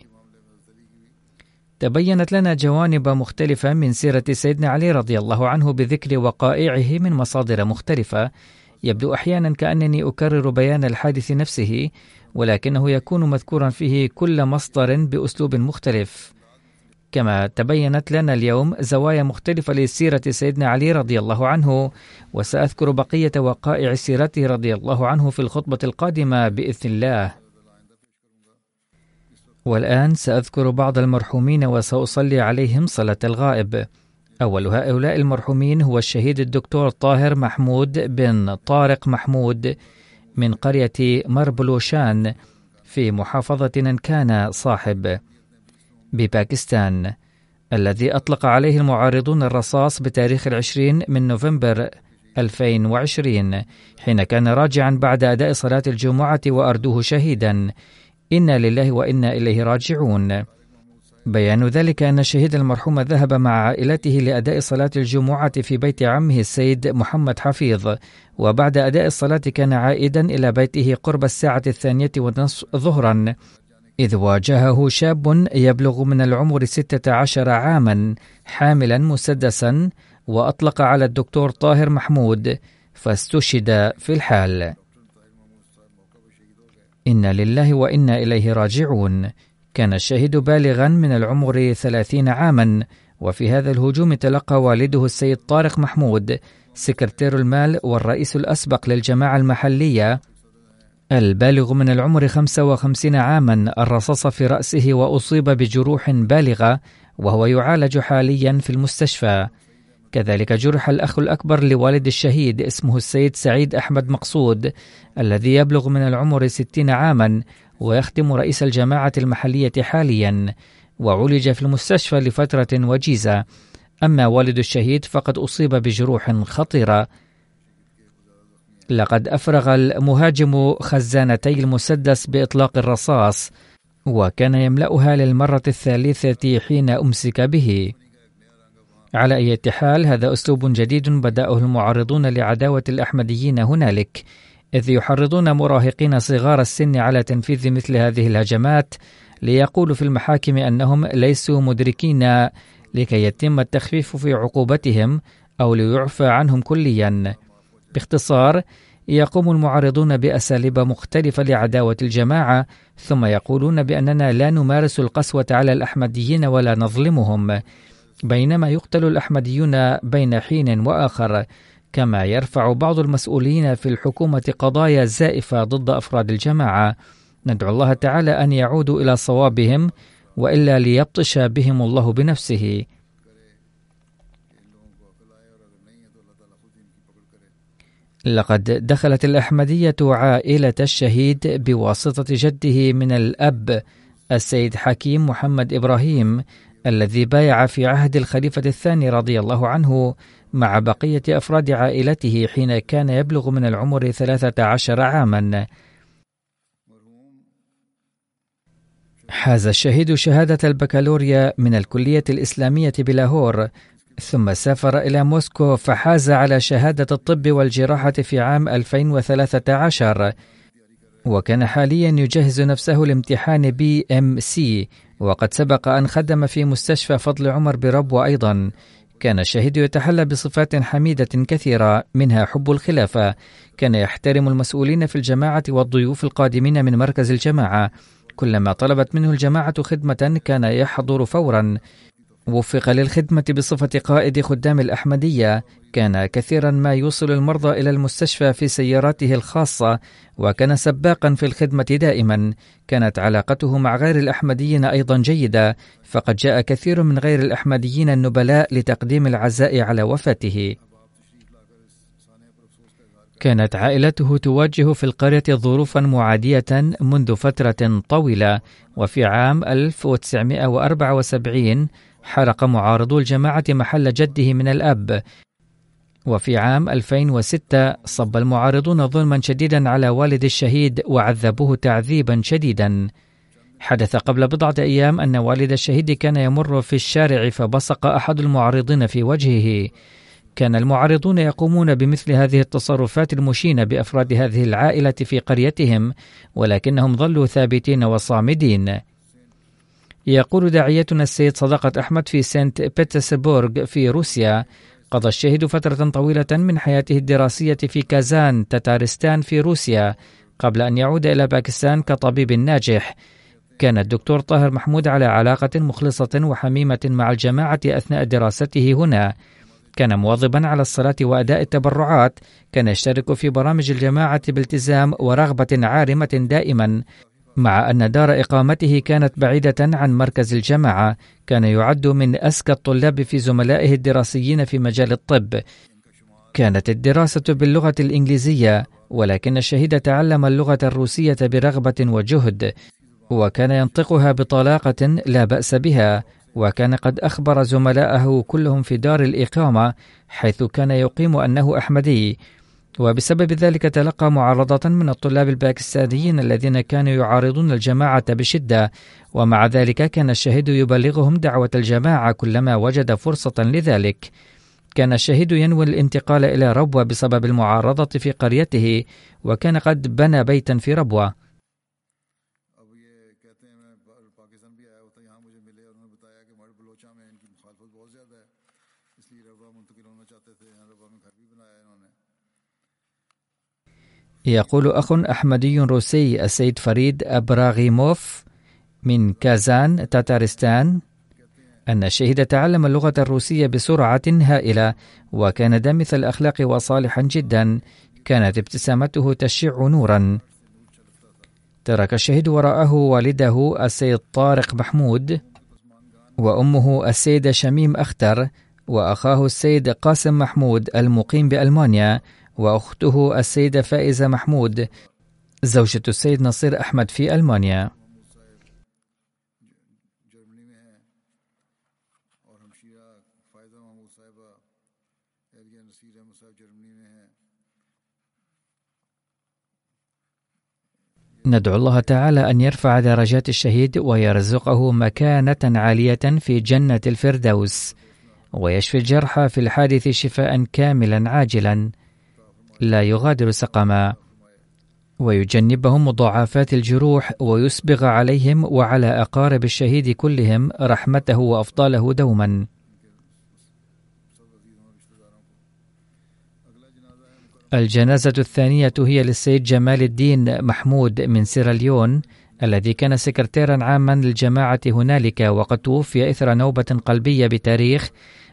تبينت لنا جوانب مختلفة من سيرة سيدنا علي رضي الله عنه بذكر وقائعه من مصادر مختلفة. يبدو أحيانا كأنني أكرر بيان الحادث نفسه، ولكنه يكون مذكورا فيه كل مصدر بأسلوب مختلف. كما تبينت لنا اليوم زوايا مختلفة لسيرة سيدنا علي رضي الله عنه، وسأذكر بقية وقائع سيرته رضي الله عنه في الخطبة القادمة بإذن الله. والآن سأذكر بعض المرحومين وسأصلي عليهم صلاة الغائب. أول هؤلاء المرحومين هو الشهيد الدكتور طاهر محمود بن طارق محمود من قرية مربلوشان في محافظة ننكانا صاحب بباكستان، الذي أطلق عليه المعارضون الرصاص بتاريخ 20 من نوفمبر 2020 حين كان راجعا بعد أداء صلاة الجمعة وأردوه شهيدا. إنا لله وإنا إليه راجعون. بيان ذلك أن الشهيد المرحوم ذهب مع عائلته لأداء صلاة الجمعة في بيت عمه السيد محمد حفيظ، وبعد أداء الصلاة كان عائدا إلى بيته قرب الساعة 2:30 ظهرا، إذ واجهه شاب يبلغ من العمر 16 عاما حاملا مسدسا وأطلق على الدكتور طاهر محمود فاستشهد في الحال. إنا لله وإنا إليه راجعون. كان الشهيد بالغا من العمر 30 عاما، وفي هذا الهجوم تلقى والده السيد طارق محمود سكرتير المال والرئيس الأسبق للجماعة المحلية البالغ من العمر 55 عاما الرصاص في رأسه وأصيب بجروح بالغة وهو يعالج حاليا في المستشفى. كذلك جرح الأخ الأكبر لوالد الشهيد اسمه السيد سعيد أحمد مقصود الذي يبلغ من العمر 60 عاما ويخدم رئيس الجماعة المحلية حاليا، وعولج في المستشفى لفترة وجيزة. أما والد الشهيد فقد أصيب بجروح خطيرة. لقد أفرغ المهاجم خزانتي المسدس بإطلاق الرصاص، وكان يملأها للمرة الثالثة حين أمسك به. على أي حال، هذا أسلوب جديد بدأه المعارضون لعداوة الأحمديين هنالك، إذ يحرضون مراهقين صغار السن على تنفيذ مثل هذه الهجمات ليقولوا في المحاكم أنهم ليسوا مدركين لكي يتم التخفيف في عقوبتهم أو ليعفى عنهم كليا. باختصار، يقوم المعارضون بأساليب مختلفة لعداوة الجماعة، ثم يقولون بأننا لا نمارس القسوة على الأحمديين ولا نظلمهم، بينما يقتل الأحمديون بين حين وآخر. كما يرفع بعض المسؤولين في الحكومة قضايا زائفة ضد أفراد الجماعة. ندعو الله تعالى أن يعودوا إلى صوابهم، وإلا ليبطش بهم الله بنفسه. لقد دخلت الأحمدية عائلة الشهيد بواسطة جده من الأب السيد حكيم محمد إبراهيم الذي بايع في عهد الخليفة الثاني رضي الله عنه مع بقية أفراد عائلته حين كان يبلغ من العمر 13 عاما. حاز الشهيد شهادة البكالوريا من الكلية الإسلامية بلاهور، ثم سافر إلى موسكو فحاز على شهادة الطب والجراحة في عام 2013، وكان حاليا يجهز نفسه لامتحان BMC، وقد سبق أن خدم في مستشفى فضل عمر بربوة أيضا. كان الشهيد يتحلى بصفات حميدة كثيرة، منها حب الخلافة. كان يحترم المسؤولين في الجماعة والضيوف القادمين من مركز الجماعة. كلما طلبت منه الجماعة خدمة كان يحضر فورا. وفق للخدمة بصفة قائد خدام الأحمدية. كان كثيرا ما يوصل المرضى إلى المستشفى في سياراته الخاصة، وكان سباقا في الخدمة دائما. كانت علاقته مع غير الأحمديين أيضا جيدة، فقد جاء كثير من غير الأحمديين النبلاء لتقديم العزاء على وفاته. كانت عائلته تواجه في القرية ظروفا معادية منذ فترة طويلة، وفي عام 1974 حرق معارضو الجماعة محل جده من الأب، وفي عام 2006 صب المعارضون ظلما شديدا على والد الشهيد وعذبوه تعذيبا شديدا. حدث قبل بضعة أيام أن والد الشهيد كان يمر في الشارع فبصق أحد المعارضين في وجهه. كان المعارضون يقومون بمثل هذه التصرفات المشينة بأفراد هذه العائلة في قريتهم، ولكنهم ظلوا ثابتين وصامدين. يقول داعيتنا السيد صدقة أحمد في سانت بطرسبورغ في روسيا: قضى الشهيد فترة طويلة من حياته الدراسية في كازان تتارستان في روسيا قبل أن يعود إلى باكستان كطبيب ناجح. كان الدكتور طاهر محمود على علاقة مخلصة وحميمة مع الجماعة أثناء دراسته هنا. كان مواظبا على الصلاة وأداء التبرعات. كان يشترك في برامج الجماعة بالتزام ورغبة عارمة دائما. مع أن دار إقامته كانت بعيدة عن مركز الجماعة، كان يعد من أذكى الطلاب في زملائه الدراسيين في مجال الطب. كانت الدراسة باللغة الإنجليزية، ولكن الشهيد تعلم اللغة الروسية برغبة وجهد، وكان ينطقها بطلاقة لا بأس بها. وكان قد أخبر زملائه كلهم في دار الإقامة حيث كان يقيم أنه أحمدي، وبسبب ذلك تلقى معارضة من الطلاب الباكستانيين الذين كانوا يعارضون الجماعة بشدة. ومع ذلك كان الشهيد يبلغهم دعوة الجماعة كلما وجد فرصة لذلك. كان الشهيد ينوي الانتقال إلى ربوة بسبب المعارضة في قريته، وكان قد بنى بيتا في ربوة. يقول أخ أحمدي روسي السيد فريد أبراغيموف من كازان تاتارستان أن الشهيد تعلم اللغة الروسية بسرعة هائلة، وكان دامث الأخلاق وصالحا جدا. كانت ابتسامته تشع نورا. ترك الشهيد وراءه والده السيد طارق محمود، وأمه السيدة شميم أختر، وأخاه السيد قاسم محمود المقيم بألمانيا، وأخته السيدة فائزة محمود زوجة السيد نصير أحمد في ألمانيا. ندعو الله تعالى أن يرفع درجات الشهيد ويرزقه مكانة عالية في جنة الفردوس، ويشفي الجرحى في الحادث شفاء كاملا عاجلا لا يغادر سقما، ويجنبهم مضاعفات الجروح، ويسبغ عليهم وعلى أقارب الشهيد كلهم رحمته وأفضاله دوما. الجنازة الثانية هي للسيد جمال الدين محمود من سيراليون، الذي كان سكرتيرا عاما للجماعة هنالك، وقد توفي إثر نوبة قلبية بتاريخ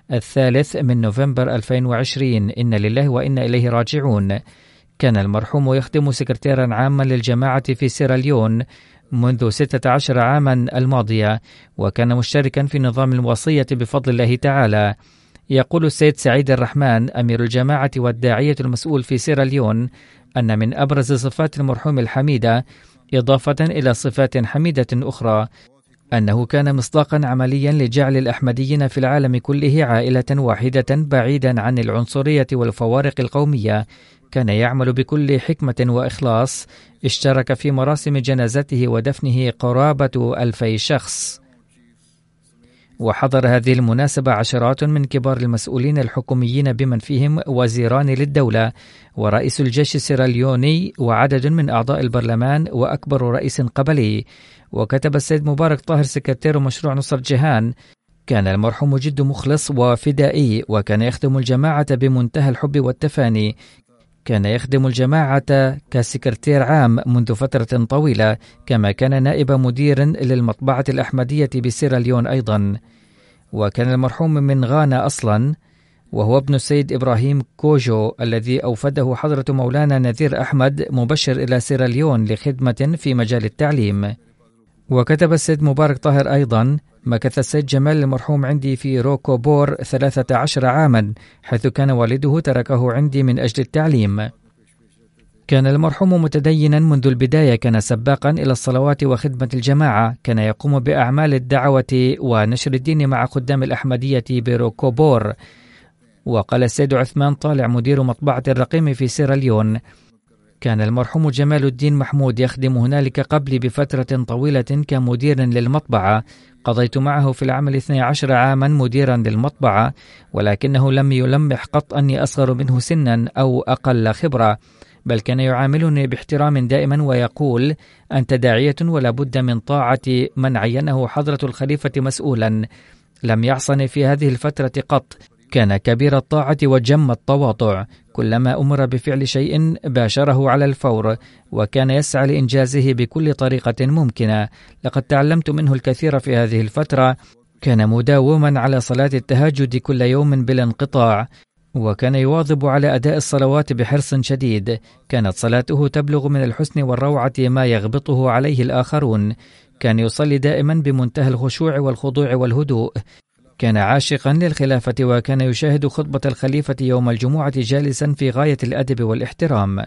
3 نوفمبر 2020. إن لله وإنا إليه راجعون. كان المرحوم يخدم سكرتيرا عاما للجماعة في سيراليون منذ 16 عاما الماضية، وكان مشتركا في نظام الوصية بفضل الله تعالى. يقول السيد سعيد الرحمن أمير الجماعة والداعية المسؤول في سيراليون أن من أبرز صفات المرحوم الحميدة، إضافة إلى صفات حميدة أخرى، أنه كان مصداقا عمليا لجعل الأحمديين في العالم كله عائلة واحدة بعيدا عن العنصرية والفوارق القومية. كان يعمل بكل حكمة وإخلاص. اشترك في مراسم جنازته ودفنه قرابة 2000 شخص. وحضر هذه المناسبة عشرات من كبار المسؤولين الحكوميين بمن فيهم وزيران للدولة ورئيس الجيش السيراليوني وعدد من أعضاء البرلمان وأكبر رئيس قبلي. وكتب السيد مبارك طاهر سكرتير مشروع نصر جهان: كان المرحوم جد مخلص وفدائي، وكان يخدم الجماعة بمنتهى الحب والتفاني. كان يخدم الجماعة كسكرتير عام منذ فترة طويلة، كما كان نائب مدير للمطبعة الأحمدية بسيراليون أيضا. وكان المرحوم من غانا أصلا، وهو ابن السيد إبراهيم كوجو الذي أوفده حضرة مولانا نذير أحمد مبشر إلى سيراليون لخدمة في مجال التعليم. وكتب السيد مبارك طاهر أيضا: مكث السيد جمال المرحوم عندي في روكوبور 13 عاما، حيث كان والده تركه عندي من أجل التعليم. كان المرحوم متدينا منذ البداية، كان سباقا إلى الصلوات وخدمة الجماعة، كان يقوم بأعمال الدعوة ونشر الدين مع خدام الأحمدية بروكوبور. وقال السيد عثمان طالع مدير مطبعة الرقيم في سيراليون: كان المرحوم جمال الدين محمود يخدم هنالك قبلي بفترة طويلة كمدير للمطبعة. قضيت معه في العام 12 عاما مديرا للمطبعة، ولكنه لم يلمح قط أني أصغر منه سنا أو أقل خبرة، بل كان يعاملني باحترام دائما ويقول: أنت داعية ولا بد من طاعة من عينه حضرة الخليفة مسؤولا. لم يعصني في هذه الفترة قط، كان كبير الطاعة وجم التواضع، كلما أمر بفعل شيء باشره على الفور، وكان يسعى لإنجازه بكل طريقة ممكنة. لقد تعلمت منه الكثير في هذه الفترة. كان مداوما على صلاة التهجد كل يوم بلا انقطاع، وكان يواظب على أداء الصلوات بحرص شديد. كانت صلاته تبلغ من الحسن والروعة ما يغبطه عليه الآخرون. كان يصلي دائما بمنتهى الخشوع والخضوع والهدوء. كان عاشقا للخلافة، وكان يشاهد خطبة الخليفة يوم الجمعة جالسا في غاية الأدب والاحترام.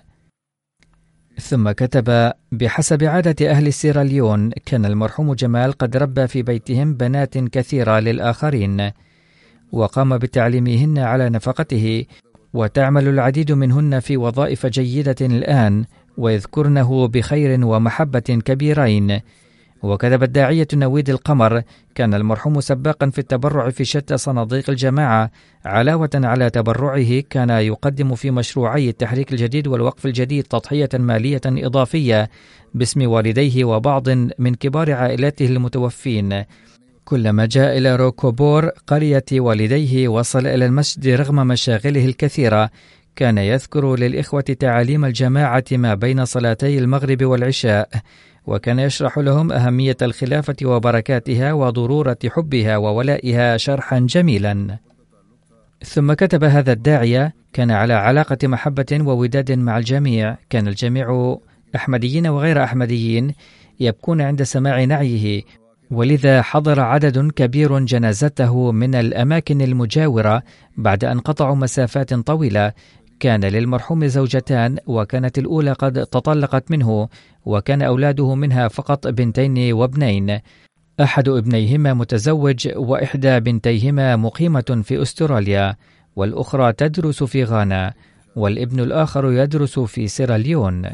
ثم كتب: بحسب عادة أهل سيراليون، كان المرحوم جمال قد ربى في بيتهم بنات كثيرة للآخرين، وقام بتعليمهن على نفقته، وتعمل العديد منهن في وظائف جيدة الآن، ويذكرنه بخير ومحبة كبيرين. وكتب الداعية نويد القمر: كان المرحوم سباقا في التبرع في شتى صناديق الجماعة. علاوة على تبرعه، كان يقدم في مشروعي التحريك الجديد والوقف الجديد تضحية مالية إضافية باسم والديه وبعض من كبار عائلته المتوفين. كلما جاء إلى روكوبور قرية والديه وصل إلى المسجد رغم مشاغله الكثيرة. كان يذكر للإخوة تعاليم الجماعة ما بين صلاتي المغرب والعشاء، وكان يشرح لهم أهمية الخلافة وبركاتها وضرورة حبها وولائها شرحا جميلا. ثم كتب هذا الداعية: كان على علاقة محبة ووداد مع الجميع. كان الجميع أحمديين وغير أحمديين يبكون عند سماع نعيه، ولذا حضر عدد كبير جنازته من الأماكن المجاورة بعد أن قطعوا مسافات طويلة. كان للمرحوم زوجتان، وكانت الأولى قد تطلقت منه، وكان أولاده منها فقط بنتين وابنين. أحد ابنيهما متزوج، وإحدى بنتيهما مقيمة في أستراليا، والأخرى تدرس في غانا، والابن الآخر يدرس في سيراليون.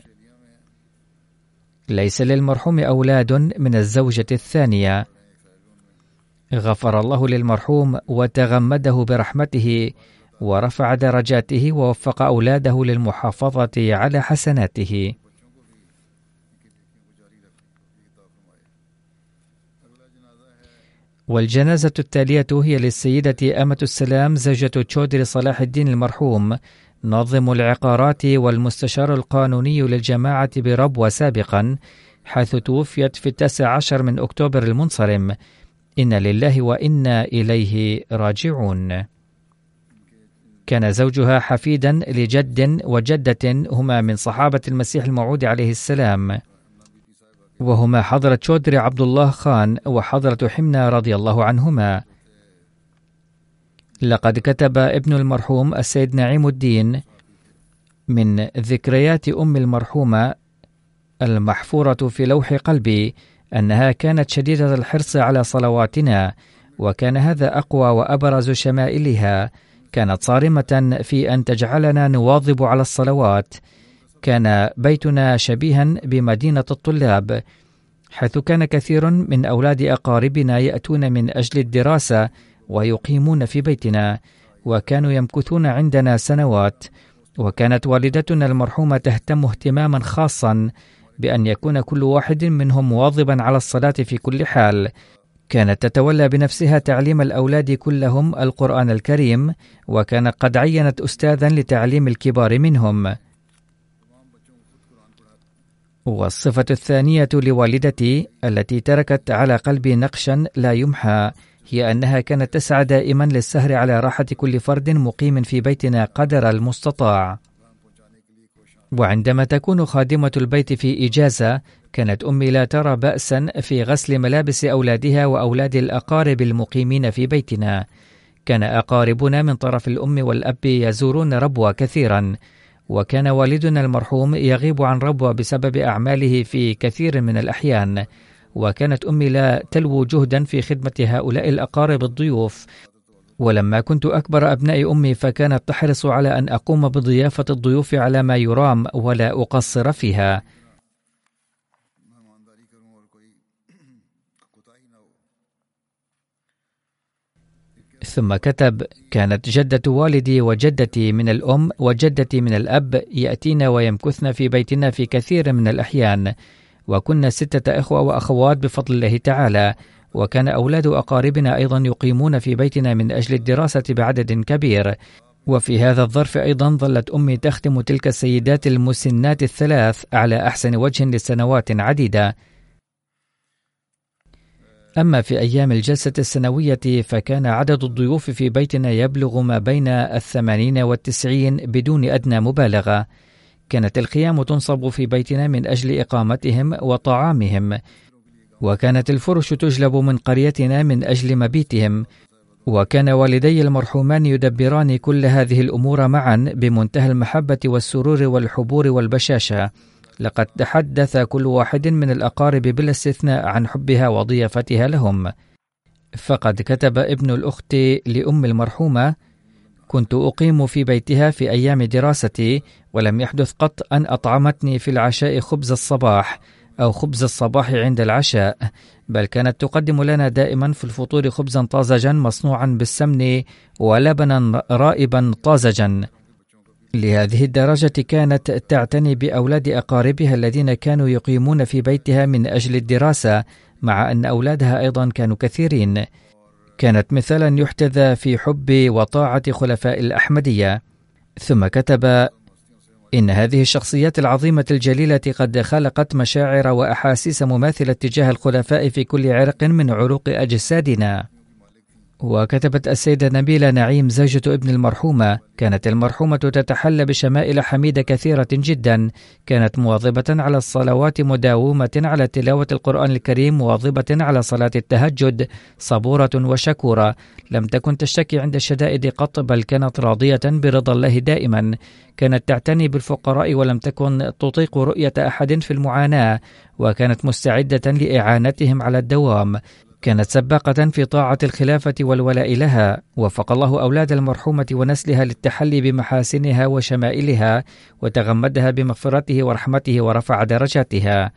ليس للمرحوم أولاد من الزوجة الثانية. غفر الله للمرحوم وتغمده برحمته، ورفع درجاته، ووفق أولاده للمحافظة على حسناته. والجنازة التالية هي للسيدة أمة السلام زوجة تشودري صلاح الدين المرحوم، ناظم العقارات والمستشار القانوني للجماعة بربوة سابقا، حيث توفيت في 19 من أكتوبر المنصرم. إنا لله وإنا إليه راجعون. كان زوجها حفيدا لجد وجدة هما من صحابة المسيح الموعود عليه السلام، وهما حضرة تشودري عبد الله خان وحضرة حمنا رضي الله عنهما. لقد كتب ابن المرحوم السيد نعيم الدين: من ذكريات أم المرحومة المحفورة في لوح قلبي أنها كانت شديدة الحرص على صلواتنا، وكان هذا أقوى وأبرز شمائلها. كانت صارمة في أن تجعلنا نواظب على الصلوات. كان بيتنا شبيها بمدينة الطلاب، حيث كان كثير من أولاد أقاربنا يأتون من أجل الدراسة ويقيمون في بيتنا، وكانوا يمكثون عندنا سنوات. وكانت والدتنا المرحومة تهتم اهتماما خاصا بأن يكون كل واحد منهم مواظبا على الصلاة في كل حال. كانت تتولى بنفسها تعليم الأولاد كلهم القرآن الكريم، وكانت قد عينت أستاذا لتعليم الكبار منهم. والصفة الثانية لوالدتي التي تركت على قلبي نقشا لا يمحى هي أنها كانت تسعى دائما للسهر على راحة كل فرد مقيم في بيتنا قدر المستطاع. وعندما تكون خادمة البيت في إجازة، كانت أمي لا ترى بأسا في غسل ملابس أولادها وأولاد الأقارب المقيمين في بيتنا. كان أقاربنا من طرف الأم والأب يزورون ربوة كثيرا، وكان والدنا المرحوم يغيب عن ربوة بسبب أعماله في كثير من الأحيان. وكانت أمي لا تلو جهدا في خدمة هؤلاء الأقارب الضيوف. ولما كنت أكبر أبناء أمي فكانت تحرص على أن أقوم بضيافة الضيوف على ما يرام ولا أقصر فيها. ثم كتب: كانت جدة والدي وجدتي من الأم وجدتي من الأب يأتين ويمكثن في بيتنا في كثير من الأحيان، وكنا 6 إخوة وأخوات بفضل الله تعالى، وكان أولاد أقاربنا أيضا يقيمون في بيتنا من أجل الدراسة بعدد كبير. وفي هذا الظرف أيضا ظلت أمي تخدم تلك السيدات المسنات الثلاث على أحسن وجه لسنوات عديدة. أما في أيام الجلسة السنوية فكان عدد الضيوف في بيتنا يبلغ ما بين 80 و90 بدون أدنى مبالغة. كانت الخيام تنصب في بيتنا من أجل إقامتهم وطعامهم، وكانت الفرش تجلب من قريتنا من أجل مبيتهم، وكان والدي المرحومان يدبران كل هذه الأمور معا بمنتهى المحبة والسرور والحبور والبشاشة. لقد تحدث كل واحد من الأقارب بلا استثناء عن حبها وضيافتها لهم. فقد كتب ابن الأخت لأم المرحومة: كنت أقيم في بيتها في أيام دراستي، ولم يحدث قط أن أطعمتني في العشاء خبز الصباح أو خبز الصباح عند العشاء، بل كانت تقدم لنا دائما في الفطور خبزا طازجا مصنوعا بالسمن ولبنا رائبا طازجا. لهذه الدرجة كانت تعتني بأولاد أقاربها الذين كانوا يقيمون في بيتها من أجل الدراسة، مع أن أولادها أيضا كانوا كثيرين. كانت مثالا يحتذى في حب وطاعة خلفاء الأحمدية. ثم كتب: إن هذه الشخصيات العظيمة الجليلة قد خلقت مشاعر وأحاسيس مماثلة تجاه الخلفاء في كل عرق من عروق أجسادنا. وكتبت السيدة نبيلة نعيم زوجة ابن المرحومة: كانت المرحومة تتحلى بشمائل حميدة كثيرة جدا، كانت مواظبة على الصلوات، مداومة على تلاوة القرآن الكريم، مواظبة على صلاة التهجد، صبورة وشكورة، لم تكن تشتكي عند الشدائد قط، بل كانت راضية برضا الله دائما. كانت تعتني بالفقراء ولم تكن تطيق رؤية أحد في المعاناة، وكانت مستعدة لإعانتهم على الدوام. كانت سباقة في طاعة الخلافة والولاء لها. وفق الله أولاد المرحومة ونسلها للتحلي بمحاسنها وشمائلها، وتغمدها بمغفرته ورحمته ورفع درجاتها.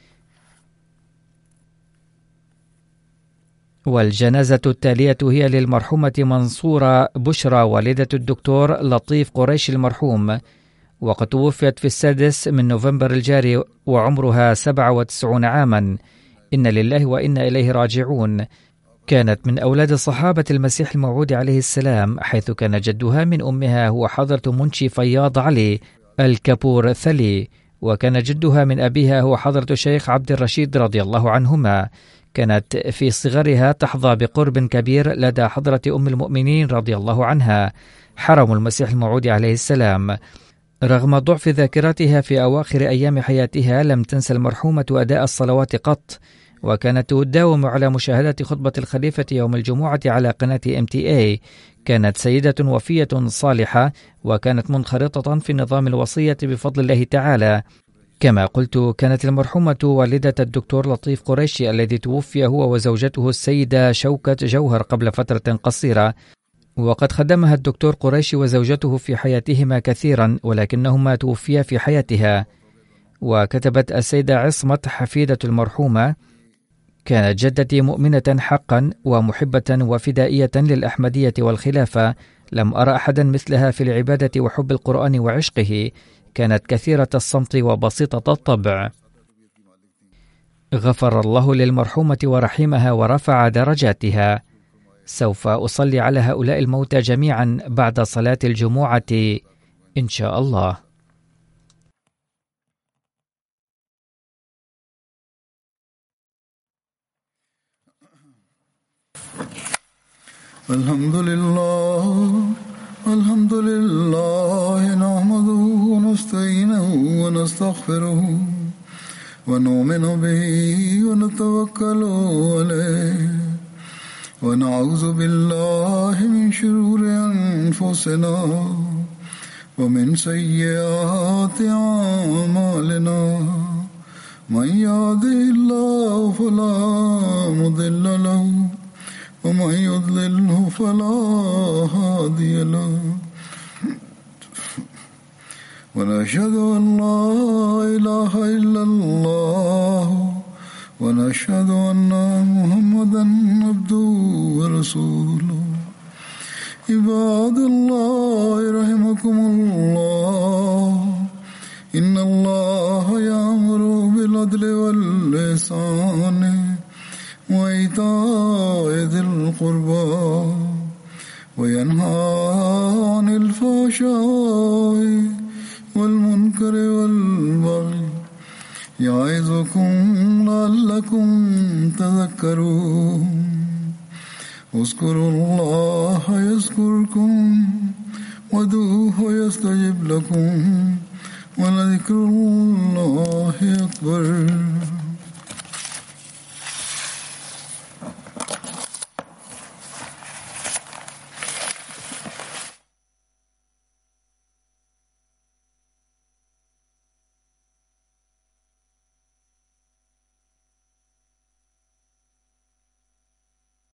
والجنازة التالية هي للمرحومة منصورة بشرى والدة الدكتور لطيف قريش المرحوم، وقد توفيت في 6 من نوفمبر الجاري وعمرها 97 عاما. إن لله وإنا إليه راجعون. كانت من أولاد صحابة المسيح الموعود عليه السلام، حيث كان جدها من أمها هو حضرة منشي فياض علي الكابور ثلي، وكان جدها من أبيها هو حضرة الشيخ عبد الرشيد رضي الله عنهما. كانت في صغرها تحظى بقرب كبير لدى حضرة أم المؤمنين رضي الله عنها، حرم المسيح الموعود عليه السلام. رغم ضعف ذاكرتها في أواخر أيام حياتها، لم تنسى المرحومة أداء الصلوات قط، وكانت تداوم على مشاهدة خطبة الخليفة يوم الجمعة على قناة MTA. كانت سيدة وفية صالحة، وكانت منخرطة في نظام الوصية بفضل الله تعالى. كما قلت، كانت المرحومة والدة الدكتور لطيف قريشي الذي توفي هو وزوجته السيدة شوكة جوهر قبل فترة قصيرة، وقد خدمها الدكتور قريشي وزوجته في حياتهما كثيرا، ولكنهما توفيا في حياتها. وكتبت السيدة عصمة حفيدة المرحومة: كانت جدتي مؤمنة حقا ومحبة وفدائية للأحمدية والخلافة، لم أرى أحدا مثلها في العبادة وحب القرآن وعشقه. كانت كثيرة الصمت وبسيطة الطبع. غفر الله للمرحومة ورحمها ورفع درجاتها. سوف أصلي على هؤلاء الموتى جميعا بعد صلاة الجمعة إن شاء الله. الحمد لله نحمده ونستعينه ونستغفره ونؤمن به ونتوكل عليه ونعوذ بالله من شرور أنفسنا ومن سيئات أعمالنا. من يهده الله فلا مضل له ومن يضلله فلا هادي له. ونشهد أن لا إله إلا الله ونشهد أن محمدا عبده ورسوله. عباد الله رحمكم الله، إن الله يأمر بالعدل والإحسان وإيتاء يعظكم لعلكم تذكرون اذكروا الله يذكركم وادعوه يستجب لكم ولذكر الله أكبر.